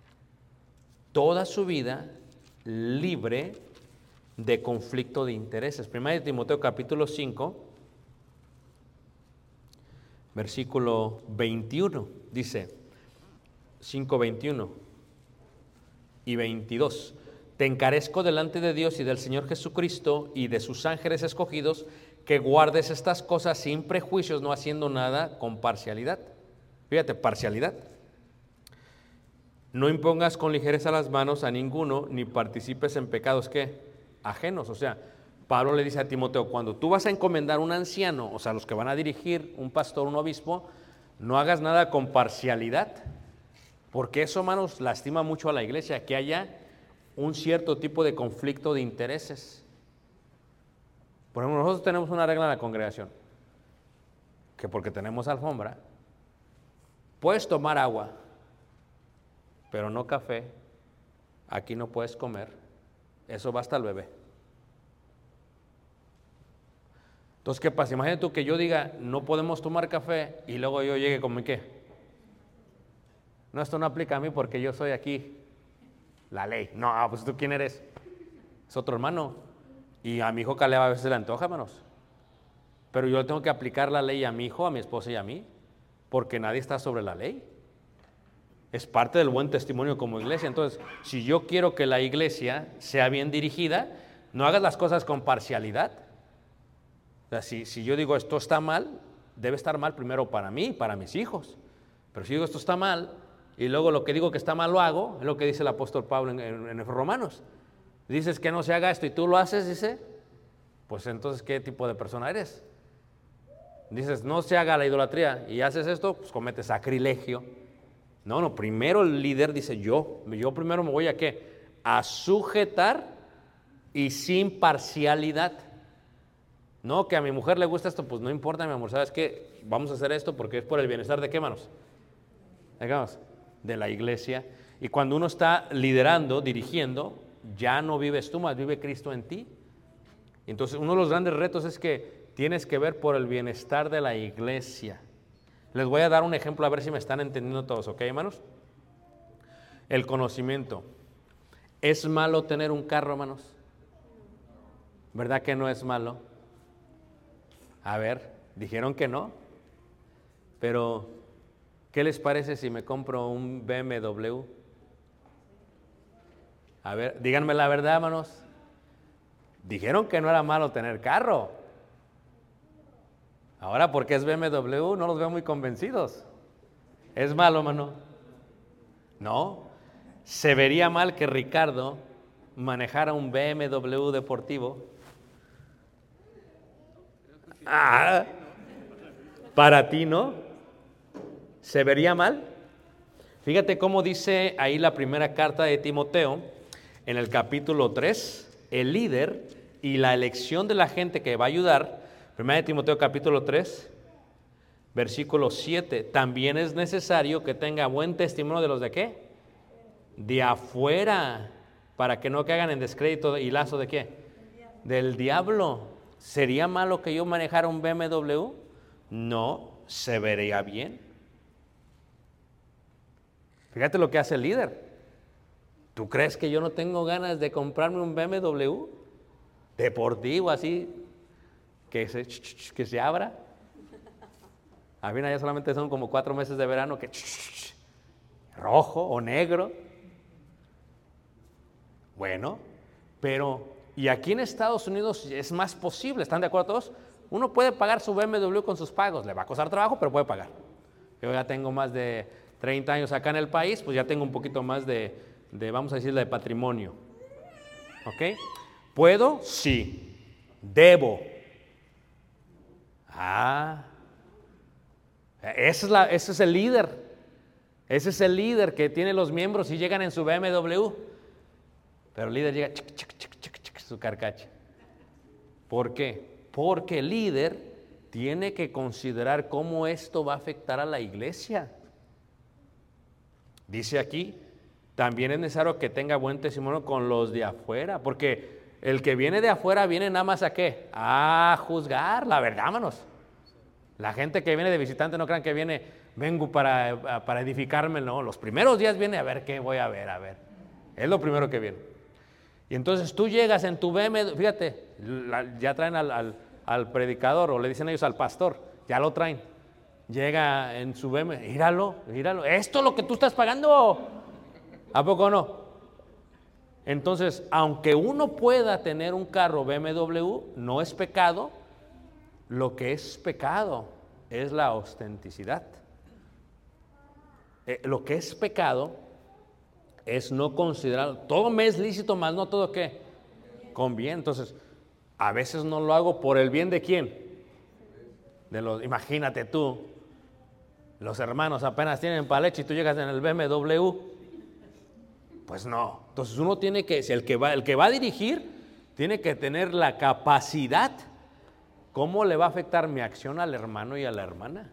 toda su vida libre de conflicto de intereses. 1 de Timoteo capítulo 5, versículo 21, dice 5, 21 y 22. Te encarezco delante de Dios y del Señor Jesucristo y de sus ángeles escogidos, que guardes estas cosas sin prejuicios, no haciendo nada con parcialidad. Fíjate, parcialidad. No impongas con ligereza las manos a ninguno, ni participes en pecados, ¿qué? Ajenos. O sea, Pablo le dice a Timoteo, cuando tú vas a encomendar a un anciano, o sea, los que van a dirigir, un pastor, un obispo, no hagas nada con parcialidad, porque eso, hermanos, lastima mucho a la iglesia, que haya un cierto tipo de conflicto de intereses. Por ejemplo, nosotros tenemos una regla en la congregación, que porque tenemos alfombra, puedes tomar agua, pero no café, aquí no puedes comer, eso va hasta el bebé. Entonces, ¿qué pasa? Imagínate tú que yo diga, no podemos tomar café, y luego yo llegue con mi ¿qué? No, esto no aplica a mí porque yo soy aquí la ley. No, pues ¿tú quién eres? Es otro hermano. Y a mi hijo Caleb a veces le antoja, hermanos. Pero yo tengo que aplicar la ley a mi hijo, a mi esposa y a mí, porque nadie está sobre la ley. Es parte del buen testimonio como iglesia. Entonces, si yo quiero que la iglesia sea bien dirigida, no hagas las cosas con parcialidad. O sea, si yo digo esto está mal, debe estar mal primero para mí y para mis hijos. Pero si digo esto está mal, y luego lo que digo que está mal lo hago, es lo que dice el apóstol Pablo en Romanos. Dices que no se haga esto y tú lo haces, dice, pues entonces, ¿qué tipo de persona eres? Dices, no se haga la idolatría y haces esto, pues cometes sacrilegio. No, primero el líder dice, yo primero me voy a ¿qué? A sujetar y sin parcialidad. No, que a mi mujer le gusta esto, pues no importa, mi amor, ¿sabes qué? Vamos a hacer esto porque es por el bienestar de qué, manos. Digamos, de la iglesia. Y cuando uno está liderando, dirigiendo, ya no vives tú, más vive Cristo en ti. Entonces, uno de los grandes retos es que tienes que ver por el bienestar de la iglesia. Les voy a dar un ejemplo a ver si me están entendiendo todos, ¿ok, hermanos? El conocimiento. ¿Es malo tener un carro, hermanos? ¿Verdad que no es malo? A ver, dijeron que no, pero ¿qué les parece si me compro un BMW? A ver, díganme la verdad, hermanos. Dijeron que no era malo tener carro. Ahora, porque es BMW, no los veo muy convencidos. ¿Es malo, hermano? No. ¿Se vería mal que Ricardo manejara un BMW deportivo? Para ti, ¿no? ¿Se vería mal? Fíjate cómo dice ahí la primera carta de Timoteo, en el capítulo 3, el líder y la elección de la gente que va a ayudar. Primera de Timoteo capítulo 3, versículo 7. También es necesario que tenga buen testimonio de los de qué? De afuera, para que no caigan en descrédito y lazo de qué? Del diablo. ¿Sería malo que yo manejara un BMW? No, se vería bien. Fíjate lo que hace el líder. ¿Tú crees que yo no tengo ganas de comprarme un BMW deportivo así, que se abra? A mí ya solamente son como 4 meses de verano que rojo o negro. Bueno, pero y aquí en Estados Unidos es más posible, ¿están de acuerdo todos? Uno puede pagar su BMW con sus pagos, le va a costar trabajo, pero puede pagar. Yo ya tengo más de 30 años acá en el país, pues ya tengo un poquito más de vamos a decirle, de patrimonio. ¿Ok? ¿Puedo? Sí. ¿Debo? Ese es el líder. Ese es el líder que tiene los miembros y llegan en su BMW. Pero el líder llega, su carcacha. ¿Por qué? Porque el líder tiene que considerar cómo esto va a afectar a la iglesia. Dice aquí, también es necesario que tenga buen testimonio con los de afuera, porque el que viene de afuera viene nada más a ¿qué? A juzgar, la verdad, hermanos. La gente que viene de visitante no crean que vengo para edificarme, no. Los primeros días viene a ver qué voy a ver. Es lo primero que viene. Y entonces tú llegas en tu BMW, fíjate, ya traen al predicador, o le dicen ellos al pastor, ya lo traen. Llega en su BMW, míralo, ¿esto es lo que tú estás pagando? ¿A poco no? Entonces, aunque uno pueda tener un carro BMW, no es pecado. Lo que es pecado es la ostenticidad. Lo que es pecado es no considerar, todo me es lícito, más no todo ¿qué? Conviene. Entonces, a veces no lo hago por el bien de ¿quién? Imagínate tú, los hermanos apenas tienen para leche y tú llegas en el BMW. Pues no. Entonces uno tiene que, si el que va a dirigir, tiene que tener la capacidad. ¿Cómo le va a afectar mi acción al hermano y a la hermana?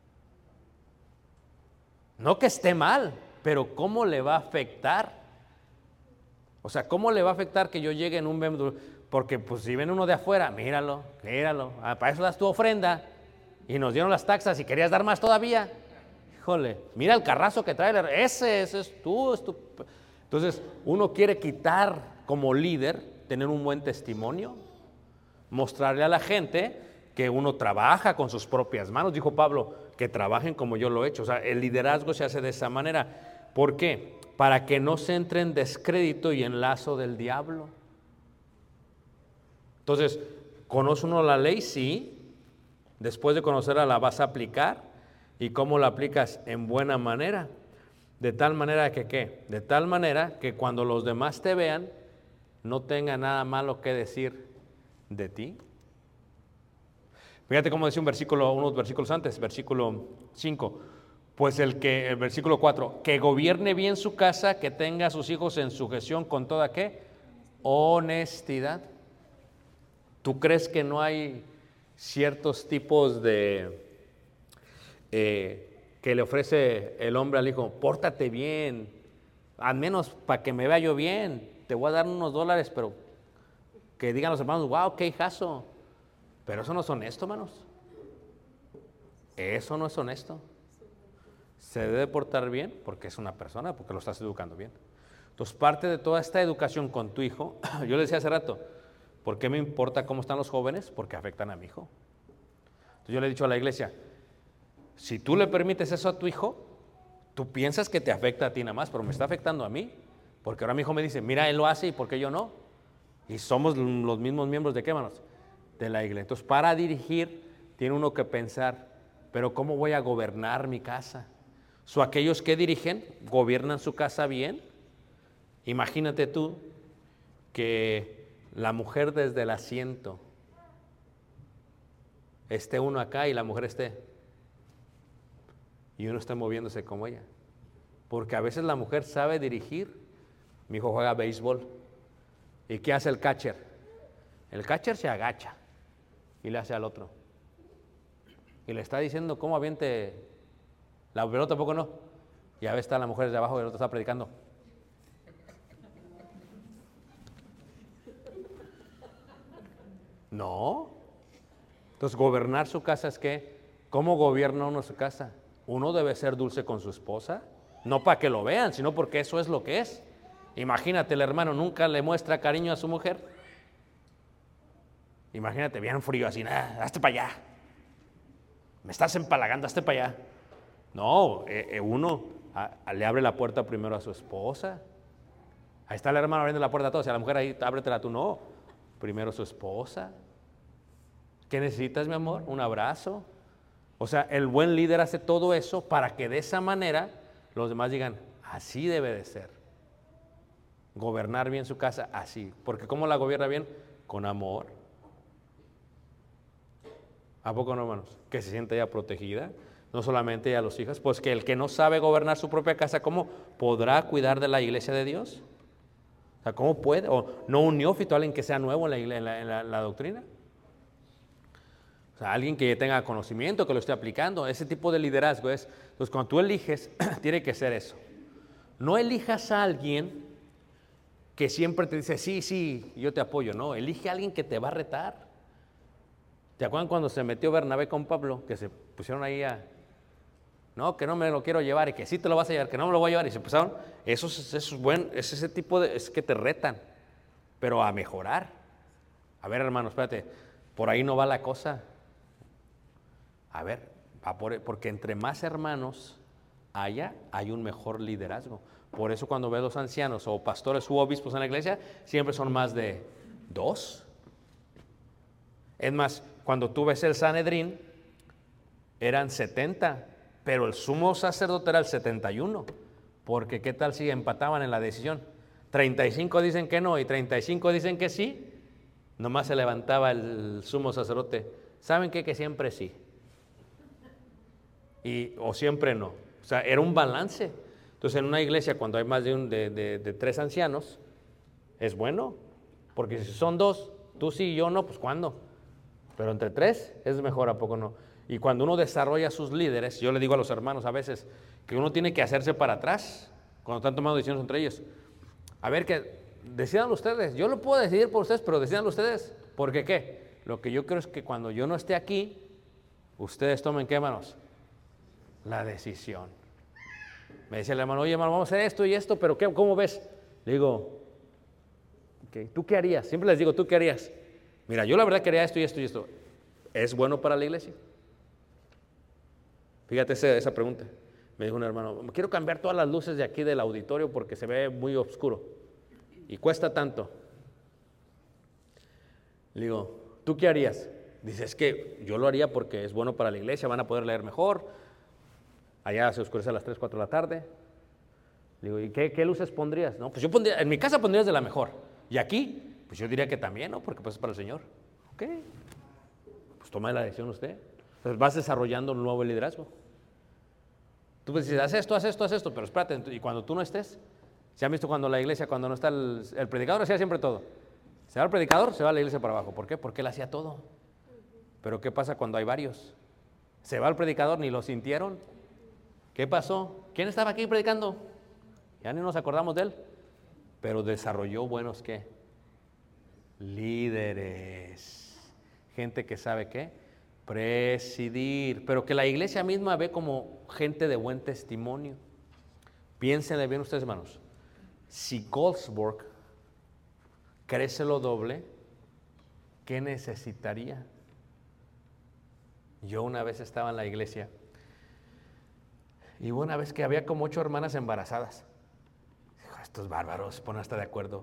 No que esté mal, pero ¿cómo le va a afectar? O sea, ¿cómo le va a afectar que yo llegue en un BMW? Porque pues si ven uno de afuera, míralo, para eso das tu ofrenda y nos dieron las taxas y querías dar más todavía. Híjole, mira el carrazo que trae, ese es tú. Entonces, uno quiere quitar como líder, tener un buen testimonio, mostrarle a la gente que uno trabaja con sus propias manos. Dijo Pablo, que trabajen como yo lo he hecho. O sea, el liderazgo se hace de esa manera. ¿Por qué? Para que no se entre en descrédito y en lazo del diablo. Entonces, ¿conoce uno la ley? Sí. Después de conocerla, la vas a aplicar. ¿Y cómo la aplicas? En buena manera. De tal manera que, ¿qué? De tal manera que cuando los demás te vean, no tengan nada malo que decir de ti. Fíjate cómo decía unos versículos antes, versículo 5. Pues el versículo 4, que gobierne bien su casa, que tenga a sus hijos en sujeción con toda, ¿qué? Honestidad. ¿Tú crees que no hay ciertos tipos de que le ofrece el hombre al hijo? Pórtate bien, al menos para que me vea yo bien, te voy a dar unos $, pero que digan los hermanos, wow, qué hijazo. Pero eso no es honesto, hermanos. Eso no es honesto. Se debe portar bien porque es una persona, porque lo estás educando bien. Entonces, parte de toda esta educación con tu hijo, yo le decía hace rato, ¿por qué me importa cómo están los jóvenes? Porque afectan a mi hijo. Entonces, yo le he dicho a la iglesia, si tú le permites eso a tu hijo, tú piensas que te afecta a ti nada más, pero me está afectando a mí. Porque ahora mi hijo me dice, mira, él lo hace y ¿por qué yo no? Y somos los mismos miembros de qué, hermanos? De la iglesia. Entonces, para dirigir, tiene uno que pensar, pero ¿cómo voy a gobernar mi casa? Aquellos que dirigen, gobiernan su casa bien. Imagínate tú que la mujer desde el asiento esté uno acá y la mujer esté, y uno está moviéndose como ella. Porque a veces la mujer sabe dirigir. Mi hijo juega béisbol. ¿Y qué hace el catcher? El catcher se agacha y le hace al otro. Y le está diciendo cómo aviente la pelota, tampoco no. Y a veces está la mujer desde abajo y el otro está predicando. No. Entonces, gobernar su casa es ¿qué? ¿Cómo gobierna uno su casa? Uno debe ser dulce con su esposa, no para que lo vean, sino porque eso es lo que es. Imagínate, el hermano nunca le muestra cariño a su mujer. Imagínate, bien frío, así, hazte para allá. Me estás empalagando, hazte para allá. No, uno le abre la puerta primero a su esposa. Ahí está el hermano abriendo la puerta a todos, y a la mujer ahí, ábretela tú, no. Primero su esposa. ¿Qué necesitas, mi amor? Un abrazo. O sea, el buen líder hace todo eso para que de esa manera los demás digan, así debe de ser. Gobernar bien su casa, así. Porque ¿cómo la gobierna bien? Con amor. ¿A poco no, hermanos? Que se siente ella protegida, no solamente ella, los hijos. Pues que el que no sabe gobernar su propia casa, ¿cómo podrá cuidar de la iglesia de Dios? O sea, ¿cómo puede? O no un neófito, alguien que sea nuevo en la doctrina. O sea, alguien que tenga conocimiento, que lo esté aplicando. Ese tipo de liderazgo es. Entonces, cuando tú eliges, tiene que ser eso. No elijas a alguien que siempre te dice, sí, yo te apoyo. No, elige a alguien que te va a retar. ¿Te acuerdan cuando se metió Bernabé con Pablo? Que se pusieron ahí no, que no me lo quiero llevar y que sí te lo vas a llevar, que no me lo voy a llevar. Y se empezaron. Eso es bueno, es ese tipo de. Es que te retan, pero a mejorar. A ver, hermano, espérate, por ahí no va la cosa. A ver, porque entre más hermanos hay un mejor liderazgo. Por eso cuando ves los ancianos o pastores u obispos en la iglesia, siempre son más de 2. Es más, cuando tú ves el Sanedrín, eran 70, pero el sumo sacerdote era el 71. Porque ¿qué tal si empataban en la decisión? 35 dicen que no y 35 dicen que sí. Nomás se levantaba el sumo sacerdote. ¿Saben qué? Que siempre sí. O siempre no. O sea, era un balance. Entonces, en una iglesia, cuando hay más de 3 ancianos, es bueno. Porque si son 2, tú sí y yo no, pues ¿cuándo? Pero entre 3 es mejor, ¿a poco no? Y cuando uno desarrolla sus líderes, yo le digo a los hermanos a veces que uno tiene que hacerse para atrás cuando están tomando decisiones entre ellos. A ver, que decidan ustedes. Yo lo puedo decidir por ustedes, pero decidan ustedes. ¿Por qué? Lo que yo creo es que cuando yo no esté aquí, ustedes tomen, ¿qué, hermanos? La decisión. Me decía el hermano, oye, hermano, vamos a hacer esto y esto, pero ¿cómo ves? Le digo, okay, ¿tú qué harías? Siempre les digo, ¿tú qué harías? Mira, yo la verdad quería esto y esto y esto. ¿Es bueno para la iglesia? Fíjate esa pregunta. Me dijo un hermano, quiero cambiar todas las luces de aquí del auditorio porque se ve muy oscuro y cuesta tanto. Le digo, ¿tú qué harías? Dice, es que yo lo haría porque es bueno para la iglesia, van a poder leer mejor. Allá se oscurece a las 3, 4 de la tarde. Le digo, ¿y qué luces pondrías? No, pues yo pondría, en mi casa pondrías de la mejor. Y aquí, pues yo diría que también, ¿no? Porque pues es para el Señor. Ok, pues toma la decisión usted. Entonces vas desarrollando un nuevo liderazgo. Tú pues dices, haz esto, pero espérate, y cuando tú no estés, ¿se han visto cuando la iglesia, cuando no está el predicador, hacía siempre todo? Se va el predicador, se va la iglesia para abajo. ¿Por qué? Porque él hacía todo. Pero ¿qué pasa cuando hay varios? Se va el predicador, ni lo sintieron. ¿Qué pasó? ¿Quién estaba aquí predicando? Ya ni nos acordamos de él. Pero desarrolló buenos, ¿qué? Líderes. Gente que sabe, ¿qué? Presidir. Pero que la iglesia misma ve como gente de buen testimonio. Piénsenle bien ustedes, hermanos. Si Goldsburg crece lo doble, ¿qué necesitaría? Yo una vez estaba en la iglesia y una vez que había como 8 hermanas embarazadas. Dijo, estos bárbaros se ponen hasta de acuerdo.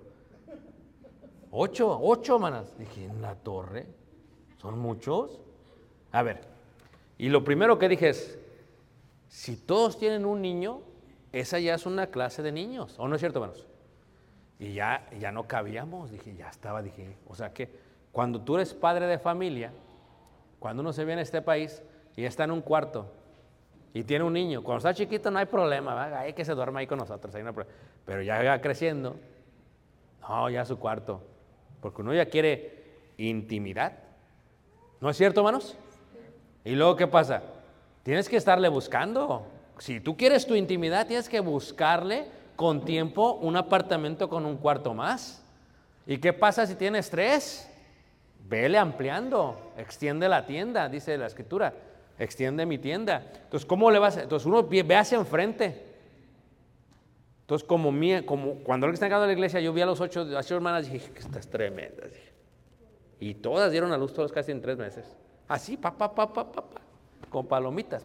8 hermanas. Dije, ¿en la torre? ¿Son muchos? A ver, y lo primero que dije es, si todos tienen un niño, esa ya es una clase de niños, ¿o no es cierto, hermanos? Y ya no cabíamos, dije, o sea que cuando tú eres padre de familia, cuando uno se viene a este país y está en un cuarto y tiene un niño, cuando está chiquito no hay problema, ¿verdad? Hay que se duerma ahí con nosotros, ahí no hay problema. Pero ya va creciendo, no, ya su cuarto, porque uno ya quiere intimidad, ¿no es cierto, hermanos? Y luego, ¿qué pasa? Tienes que estarle buscando. Si tú quieres tu intimidad, tienes que buscarle con tiempo un apartamento con un cuarto más. ¿Y qué pasa si tienes 3? Vele ampliando, extiende la tienda, dice la escritura, extiende mi tienda. Entonces, ¿cómo le vas? Entonces, uno ve hacia enfrente. Entonces, como cuando él está llegando a la iglesia, yo vi a las 8 hermanas y dije, estas tremendas. Y todas dieron a luz, todas casi en 3 meses. Así, con palomitas.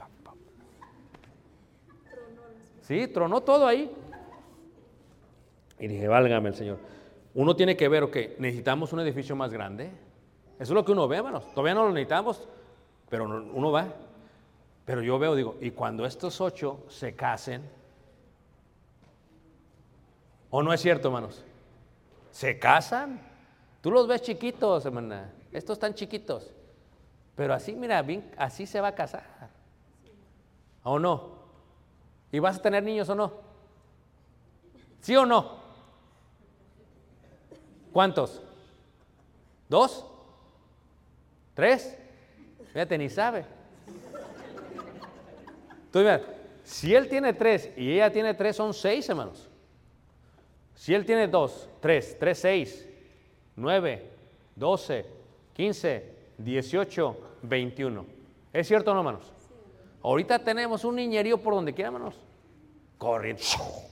Sí, tronó todo ahí. Y dije, válgame el Señor. Uno tiene que ver, necesitamos un edificio más grande. Eso es lo que uno ve, hermanos. Todavía no lo necesitamos, pero uno va. Pero yo veo, digo, y cuando estos 8 se casen, ¿o no es cierto, hermanos? ¿Se casan? Tú los ves chiquitos, hermana. Estos están chiquitos. Pero así, mira, bien, así se va a casar. ¿O no? ¿Y vas a tener niños o no? ¿Sí o no? ¿Cuántos? ¿2? ¿3? Fíjate, ni sabe. Entonces, mira, si él tiene 3 y ella tiene 3, son 6, hermanos. Si él tiene 2, 3, 6, 9, 12, 15, 18, 21. ¿Es cierto o no, hermanos? Ahorita tenemos un niñerío por donde quiera, hermanos. Corriendo.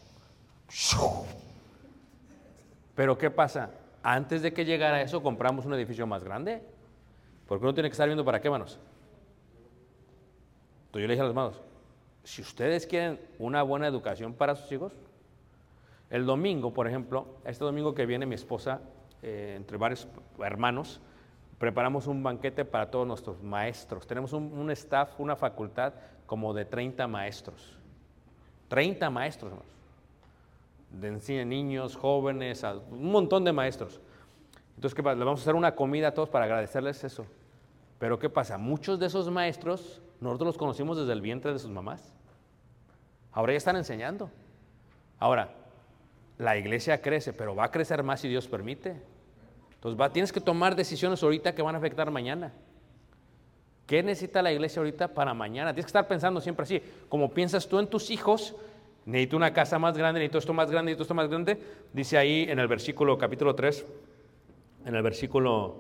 Pero ¿qué pasa? Antes de que llegara eso, compramos un edificio más grande. Porque uno tiene que estar viendo para qué, hermanos. Entonces yo le dije a los hermanos, si ustedes quieren una buena educación para sus hijos, el domingo, por ejemplo, este domingo que viene mi esposa, entre varios hermanos, preparamos un banquete para todos nuestros maestros. Tenemos un staff, una facultad como de 30 maestros. 30 maestros, hermanos. De niños, jóvenes, un montón de maestros. Entonces, ¿qué pasa? Le vamos a hacer una comida a todos para agradecerles eso. Pero ¿qué pasa? Muchos de esos maestros, nosotros los conocimos desde el vientre de sus mamás. Ahora ya están enseñando. Ahora, la iglesia crece, pero va a crecer más si Dios permite. Entonces, tienes que tomar decisiones ahorita que van a afectar mañana. ¿Qué necesita la iglesia ahorita para mañana? Tienes que estar pensando siempre así. Como piensas tú en tus hijos, necesito una casa más grande, necesito esto más grande, necesito esto más grande. Dice ahí en el versículo, capítulo 3, en el versículo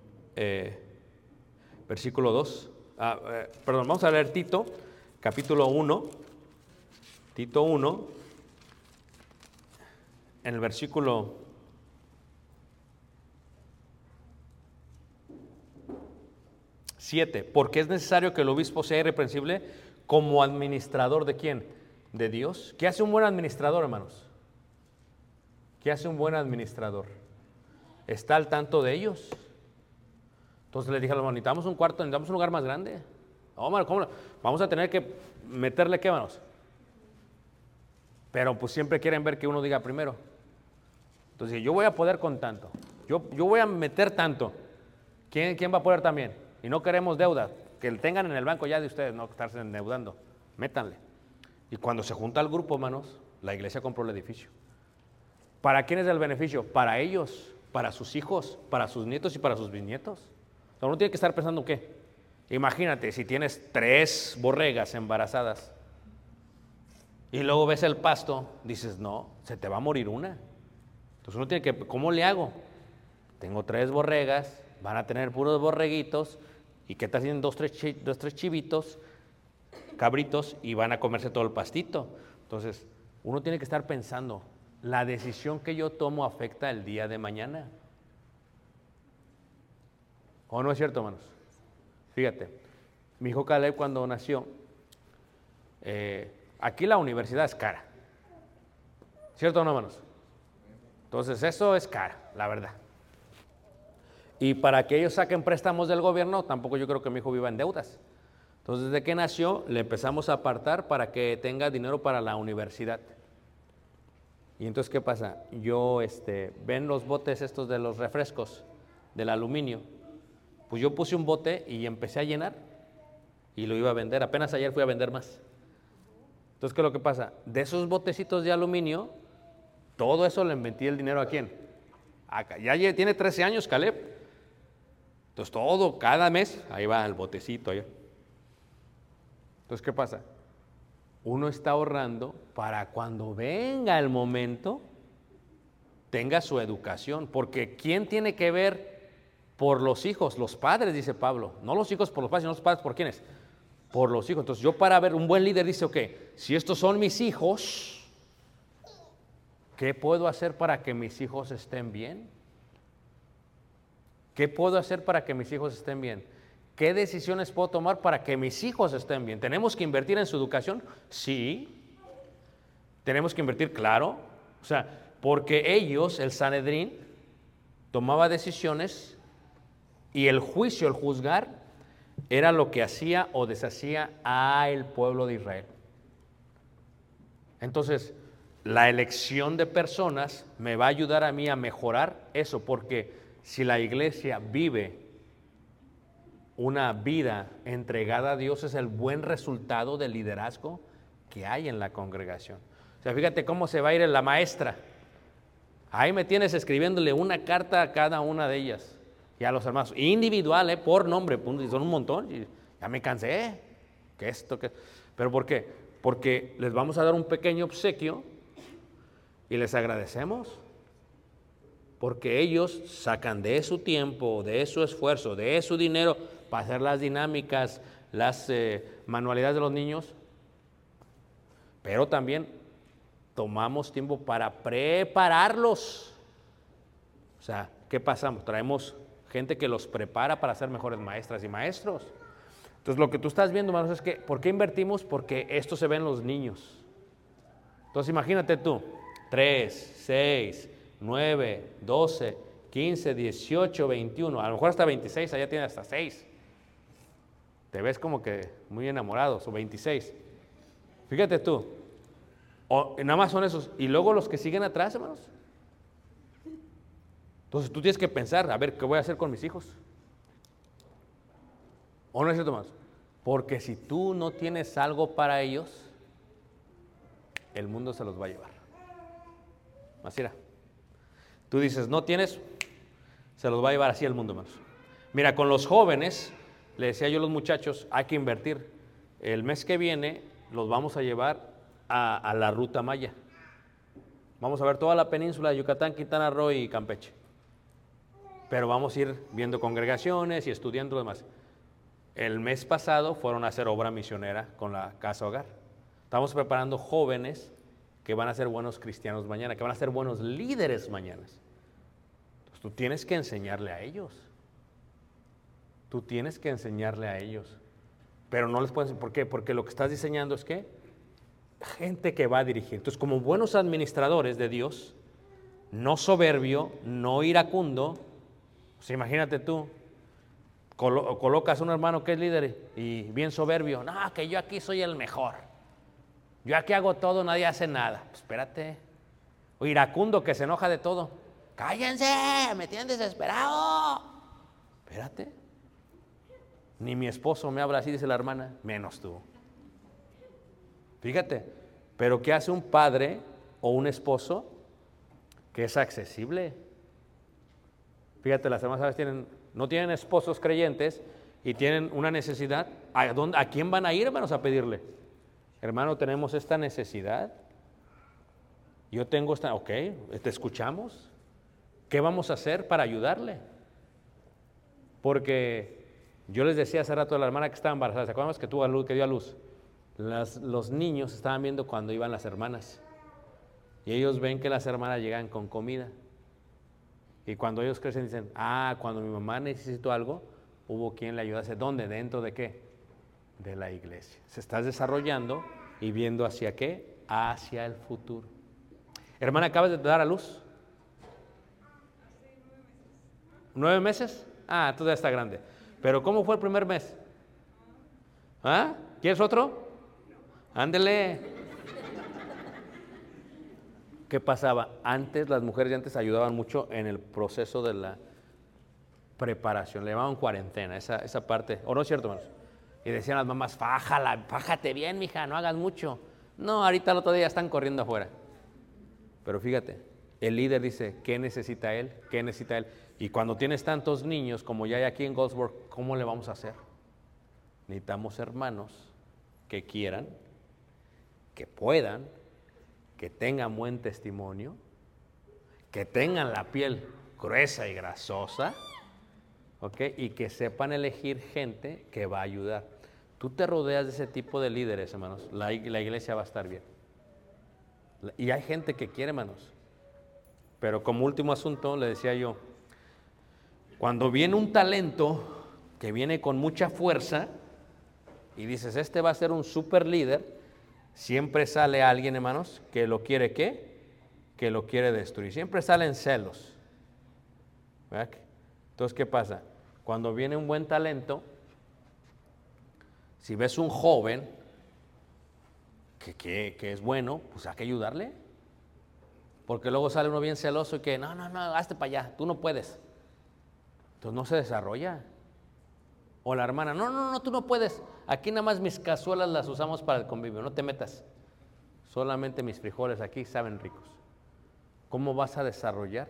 2. Perdón, vamos a leer Tito, capítulo 1. Tito 1, en el versículo 7. Porque es necesario que el obispo sea irreprensible como administrador ¿de quién? De Dios. ¿Qué hace un buen administrador, hermanos? ¿Qué hace un buen administrador? Está al tanto de ellos. Entonces le dije a los hermanos, necesitamos un cuarto, necesitamos un lugar más grande. No, mano, ¿cómo? Vamos a tener que meterle, ¿qué, manos? Pero pues siempre quieren ver que uno diga primero. Entonces, yo voy a poder con tanto. Yo voy a meter tanto. ¿Quién va a poder también? Y no queremos deuda. Que lo tengan en el banco ya de ustedes, no estarse endeudando. Métanle. Y cuando se junta el grupo, hermanos, la iglesia compró el edificio. ¿Para quién es el beneficio? Para ellos, para sus hijos, para sus nietos y para sus bisnietos. Entonces, uno tiene que estar pensando, ¿qué? Imagínate, si tienes 3 borregas embarazadas y luego ves el pasto, dices, no, se te va a morir una. Entonces uno tiene que, ¿cómo le hago? Tengo 3 borregas, van a tener puros borreguitos, y ¿qué tal si tienen 2, 3 chivitos, cabritos, y van a comerse todo el pastito? Entonces, uno tiene que estar pensando, la decisión que yo tomo afecta el día de mañana. ¿O no es cierto, hermanos? Fíjate, mi hijo Caleb cuando nació, aquí la universidad es cara. ¿Cierto o no, hermanos? Entonces eso es cara, la verdad. Y para que ellos saquen préstamos del gobierno, tampoco yo creo que mi hijo viva en deudas. Entonces desde que nació le empezamos a apartar para que tenga dinero para la universidad. Y entonces ¿qué pasa? Yo, ven los botes estos de los refrescos, del aluminio. Pues yo puse un bote y empecé a llenar y lo iba a vender. Apenas ayer fui a vender más. Entonces, ¿qué es lo que pasa? De esos botecitos de aluminio, todo eso le metí el dinero ¿a quién? Acá. Ya tiene 13 años Caleb. Entonces todo, cada mes, ahí va el botecito allá. Entonces, ¿qué pasa? Uno está ahorrando para cuando venga el momento, tenga su educación. Porque ¿quién tiene que ver por los hijos? Los padres, dice Pablo. No los hijos por los padres, sino los padres por quiénes. Por los hijos. Entonces yo para ver, un buen líder dice, ok, si estos son mis hijos, ¿qué puedo hacer para que mis hijos estén bien? ¿Qué puedo hacer para que mis hijos estén bien? ¿Qué decisiones puedo tomar para que mis hijos estén bien? ¿Tenemos que invertir en su educación? Sí. ¿Tenemos que invertir? Claro. O sea, porque ellos, el Sanedrín, tomaba decisiones y el juicio, el juzgar, era lo que hacía o deshacía al pueblo de Israel. Entonces, la elección de personas me va a ayudar a mí a mejorar eso, porque si la iglesia vive una vida entregada a Dios, es el buen resultado del liderazgo que hay en la congregación. O sea, fíjate cómo se va a ir la maestra. Ahí me tienes escribiéndole una carta a cada una de ellas. Y a los hermanos, individual, por nombre, son un montón, y ya me cansé, que esto, que... ¿Pero por qué? Porque les vamos a dar un pequeño obsequio y les agradecemos, porque ellos sacan de su tiempo, de su esfuerzo, de su dinero, para hacer las dinámicas, las manualidades de los niños, pero también tomamos tiempo para prepararlos. O sea, ¿qué pasamos? Traemos gente que los prepara para ser mejores maestras y maestros. Entonces, lo que tú estás viendo, hermanos, es que, ¿por qué invertimos? Porque esto se ve en los niños. Entonces, imagínate tú, 3, 6, 9, 12, 15, 18, 21, a lo mejor hasta 26, allá tiene hasta 6. Te ves como que muy enamorados, o 26. Fíjate tú, nada más son esos. Y luego los que siguen atrás, hermanos. Entonces tú tienes que pensar, a ver, ¿qué voy a hacer con mis hijos? ¿O no es cierto, más? Porque si tú no tienes algo para ellos, el mundo se los va a llevar. Así era. Tú dices, no tienes, se los va a llevar así el mundo, hermanos. Mira, con los jóvenes, le decía yo a los muchachos, hay que invertir. El mes que viene los vamos a llevar a la Ruta Maya. Vamos a ver toda la península de Yucatán, Quintana Roo y Campeche. Pero vamos a ir viendo congregaciones y estudiando demás. El mes pasado fueron a hacer obra misionera con la Casa Hogar. Estamos preparando jóvenes que van a ser buenos cristianos mañana, que van a ser buenos líderes mañana. Entonces, tú tienes que enseñarle a ellos. Tú tienes que enseñarle a ellos. Pero no les puedes decir, ¿por qué? Porque lo que estás diseñando es que gente que va a dirigir. Entonces, como buenos administradores de Dios, no soberbio, no iracundo, pues imagínate tú, colocas a un hermano que es líder y bien soberbio, no, que yo aquí soy el mejor, yo aquí hago todo, nadie hace nada. Pues espérate. O iracundo, que se enoja de todo, cállense, me tienen desesperado. Espérate. Ni mi esposo me habla así, dice la hermana, menos tú. Fíjate, pero ¿qué hace un padre o un esposo que es accesible? Fíjate, las hermanas no tienen esposos creyentes y tienen una necesidad. ¿A quién van a ir, hermanos, a pedirle? Hermano, tenemos esta necesidad. Yo tengo esta, ok, te escuchamos. ¿Qué vamos a hacer para ayudarle? Porque yo les decía hace rato a la hermana que estaba embarazada, ¿se acuerdan que tuvo a luz, que dio a luz? Los niños estaban viendo cuando iban las hermanas. Y ellos ven que las hermanas llegan con comida. Y cuando ellos crecen dicen, cuando mi mamá necesitó algo, hubo quien le ayudase. ¿Dónde? ¿Dentro de qué? De la iglesia. Se está desarrollando y viendo hacia qué? Hacia el futuro. Hermana, ¿acabas de dar a luz? 9 meses. Tú ya está grande. Pero ¿cómo fue el primer mes? ¿Quieres otro? Ándele. ¿Qué pasaba? Antes, las mujeres de antes ayudaban mucho en el proceso de la preparación. Le llamaban cuarentena, esa parte. ¿O no es cierto, hermanos? Y decían las mamás, fájate bien, mija, no hagas mucho. No, ahorita el otro día están corriendo afuera. Pero fíjate, el líder dice, ¿qué necesita él? ¿Qué necesita él? Y cuando tienes tantos niños como ya hay aquí en Goldsboro, ¿cómo le vamos a hacer? Necesitamos hermanos que quieran, que puedan, que tengan buen testimonio, que tengan la piel gruesa y grasosa, ¿ok? Y que sepan elegir gente que va a ayudar. Tú te rodeas de ese tipo de líderes, hermanos, la iglesia va a estar bien. Y hay gente que quiere, hermanos. Pero como último asunto, le decía yo, cuando viene un talento que viene con mucha fuerza y dices, este va a ser un super líder, siempre sale alguien, hermanos, que lo quiere ¿qué? Que lo quiere destruir. Siempre salen celos. ¿Verdad? Entonces, ¿qué pasa? Cuando viene un buen talento, si ves un joven que es bueno, pues hay que ayudarle. Porque luego sale uno bien celoso y que, no, hazte para allá, tú no puedes. Entonces no se desarrolla. O la hermana, no, tú no puedes. Aquí nada más mis cazuelas las usamos para el convivio, no te metas. Solamente mis frijoles aquí saben ricos. ¿Cómo vas a desarrollar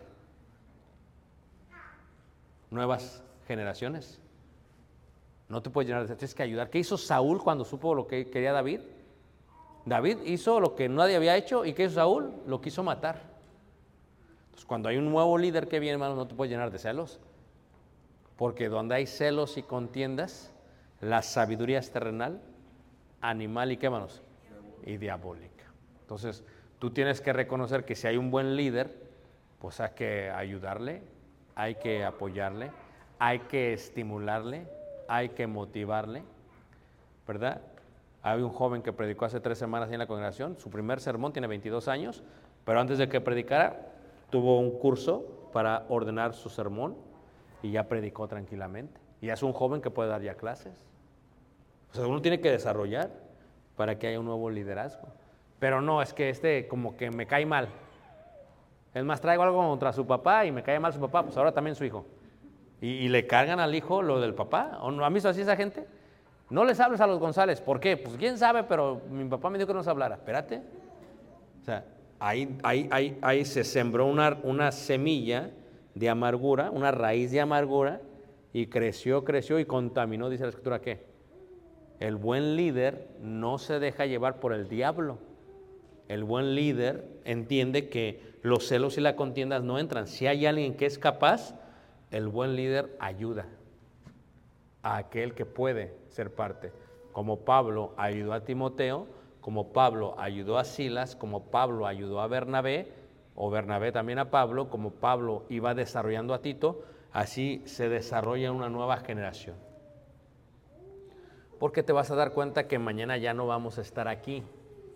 nuevas generaciones? No te puedes llenar, tienes que ayudar. ¿Qué hizo Saúl cuando supo lo que quería David? David hizo lo que nadie había hecho. ¿Y qué hizo Saúl? Lo quiso matar. Entonces, cuando hay un nuevo líder que viene, hermano, no te puedes llenar de celos. Porque donde hay celos y contiendas, la sabiduría es terrenal, animal y qué, hermanos, y diabólica. Entonces, tú tienes que reconocer que si hay un buen líder, pues hay que ayudarle, hay que apoyarle, hay que estimularle, hay que motivarle, ¿verdad? Hay un joven que predicó hace 3 semanas en la congregación, su primer sermón, tiene 22 años, pero antes de que predicara, tuvo un curso para ordenar su sermón y ya predicó tranquilamente. Y es un joven que puede dar ya clases. O sea, uno tiene que desarrollar para que haya un nuevo liderazgo. Pero no, es que como que me cae mal. Es más, traigo algo contra su papá y me cae mal su papá, pues ahora también su hijo. Y le cargan al hijo lo del papá. ¿O no han visto así esa gente? No les hables a los González. ¿Por qué? Pues quién sabe, pero mi papá me dijo que no se hablara. Espérate. O sea, ahí se sembró una semilla de amargura, una raíz de amargura, y creció y contaminó, dice la Escritura, ¿qué? El buen líder no se deja llevar por el diablo. El buen líder entiende que los celos y las contiendas no entran. Si hay alguien que es capaz, el buen líder ayuda a aquel que puede ser parte. Como Pablo ayudó a Timoteo, como Pablo ayudó a Silas, como Pablo ayudó a Bernabé, o Bernabé también a Pablo, como Pablo iba desarrollando a Tito, así se desarrolla una nueva generación. Porque te vas a dar cuenta que mañana ya no vamos a estar aquí.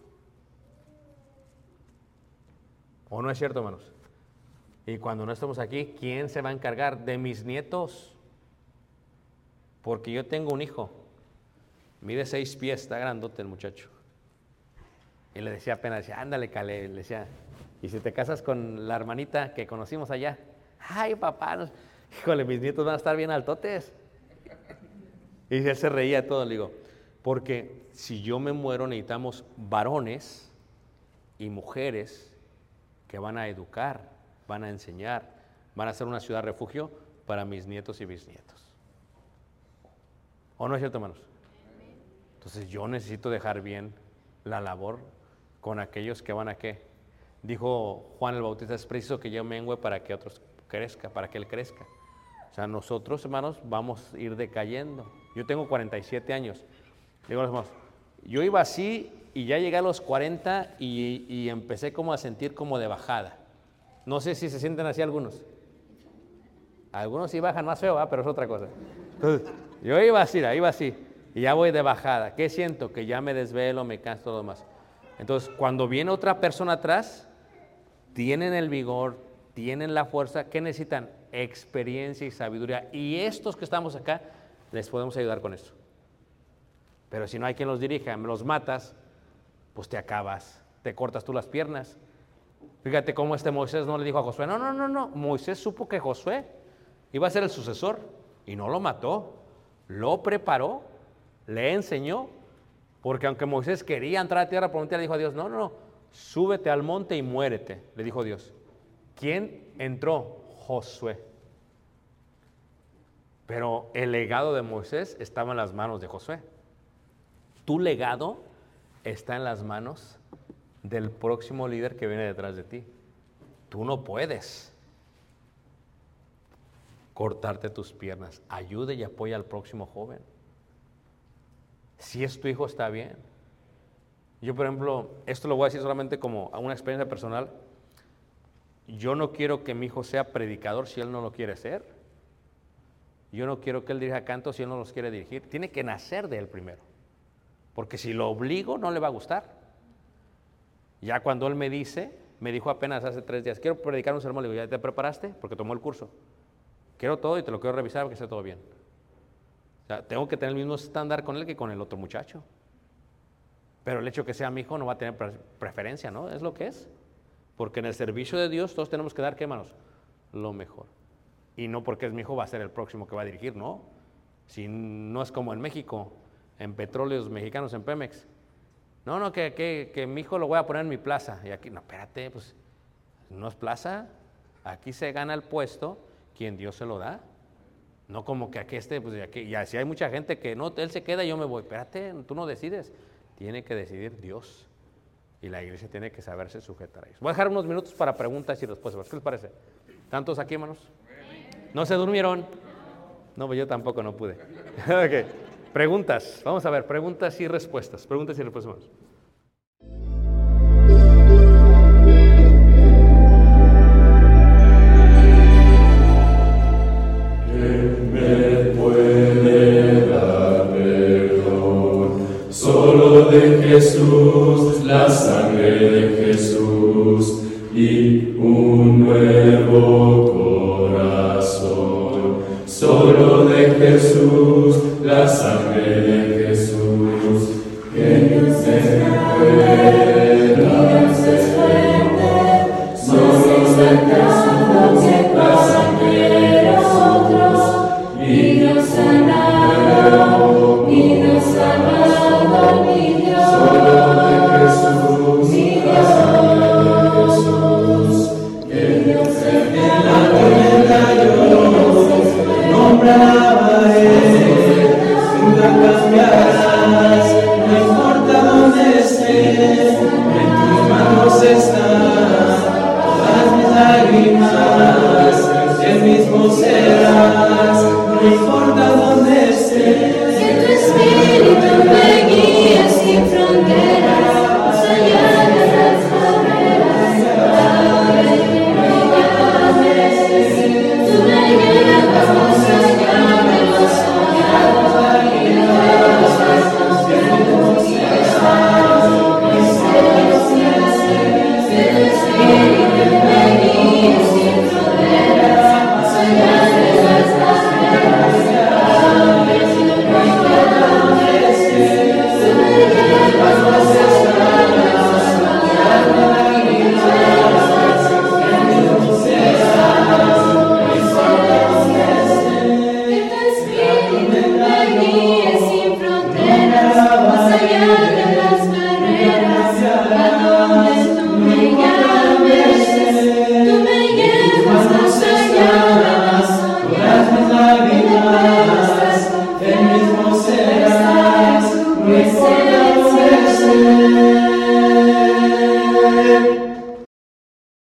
¿O no es cierto, hermanos? Y cuando no estemos aquí, ¿quién se va a encargar de mis nietos? porque yo tengo un hijo, mide 6 pies, está grandote el muchacho. Y le decía apenas, decía, ándale, Caleb, le decía, y si te casas con la hermanita que conocimos allá, ay, papá, híjole, mis nietos van a estar bien altotes. Y él se reía todo, le digo, porque si yo me muero necesitamos varones y mujeres que van a educar, van a enseñar, van a ser una ciudad refugio para mis nietos y bisnietos. ¿O no es cierto, hermanos? Entonces yo necesito dejar bien la labor con aquellos que van a qué. Dijo Juan el Bautista, es preciso que yo mengüe para que otros crezca, para que él crezca. O sea, nosotros, hermanos, vamos a ir decayendo. Yo tengo 47 años. Digo, hermanos, yo iba así y ya llegué a los 40 y empecé como a sentir como de bajada. No sé si se sienten así algunos. Algunos sí bajan más feo, ¿verdad? Pero es otra cosa. Entonces, yo iba así y ya voy de bajada. ¿Qué siento? Que ya me desvelo, me canso, todo lo demás. Entonces, cuando viene otra persona atrás, tienen el vigor, tienen la fuerza. ¿Qué necesitan? Experiencia y sabiduría. Y estos que estamos acá, les podemos ayudar con eso. Pero si no hay quien los dirija, me los matas, pues te acabas, te cortas tú las piernas. Fíjate cómo Moisés no le dijo a Josué, no. Moisés supo que Josué iba a ser el sucesor y no lo mató, lo preparó, le enseñó, porque aunque Moisés quería entrar a tierra prometida, le dijo a Dios, no, súbete al monte y muérete, le dijo Dios. ¿Quién entró? Josué. Pero el legado de Moisés estaba en las manos de Josué. Tu legado está en las manos del próximo líder que viene detrás de ti. Tú no puedes cortarte tus piernas. Ayuda y apoya al próximo joven. Si es tu hijo, está bien. Yo, por ejemplo, esto lo voy a decir solamente como a una experiencia personal. Yo no quiero que mi hijo sea predicador si él no lo quiere ser. Yo no quiero que él dirija canto si él no los quiere dirigir. Tiene que nacer de él primero. Porque si lo obligo, no le va a gustar. Ya cuando él me dijo apenas hace 3 días, quiero predicar un sermón, le digo, ¿ya te preparaste? Porque tomó el curso. Quiero todo y te lo quiero revisar para que esté todo bien. O sea, tengo que tener el mismo estándar con él que con el otro muchacho. Pero el hecho de que sea mi hijo no va a tener preferencia, ¿no? Es lo que es. Porque en el servicio de Dios todos tenemos que dar, ¿qué, hermanos? Lo mejor. Y no porque es mi hijo va a ser el próximo que va a dirigir, ¿no? Si no es como en México, en Petróleos Mexicanos, en Pemex. No, que mi hijo lo voy a poner en mi plaza. Y aquí, no, espérate, pues no es plaza. Aquí se gana el puesto quien Dios se lo da. No como que aquí pues aquí, ya si hay mucha gente que no, él se queda y yo me voy. Espérate, tú no decides. Tiene que decidir Dios. Y la iglesia tiene que saberse sujetar a eso. Voy a dejar unos minutos para preguntas y respuestas. ¿Qué les parece? ¿Tantos aquí, hermanos? ¿No se durmieron? No, pues yo tampoco no pude. Ok. Preguntas. Vamos a ver, preguntas y respuestas. Preguntas y respuestas, hermanos. De Jesús, la sangre de Jesús y un nuevo corazón. Solo de Jesús, la sangre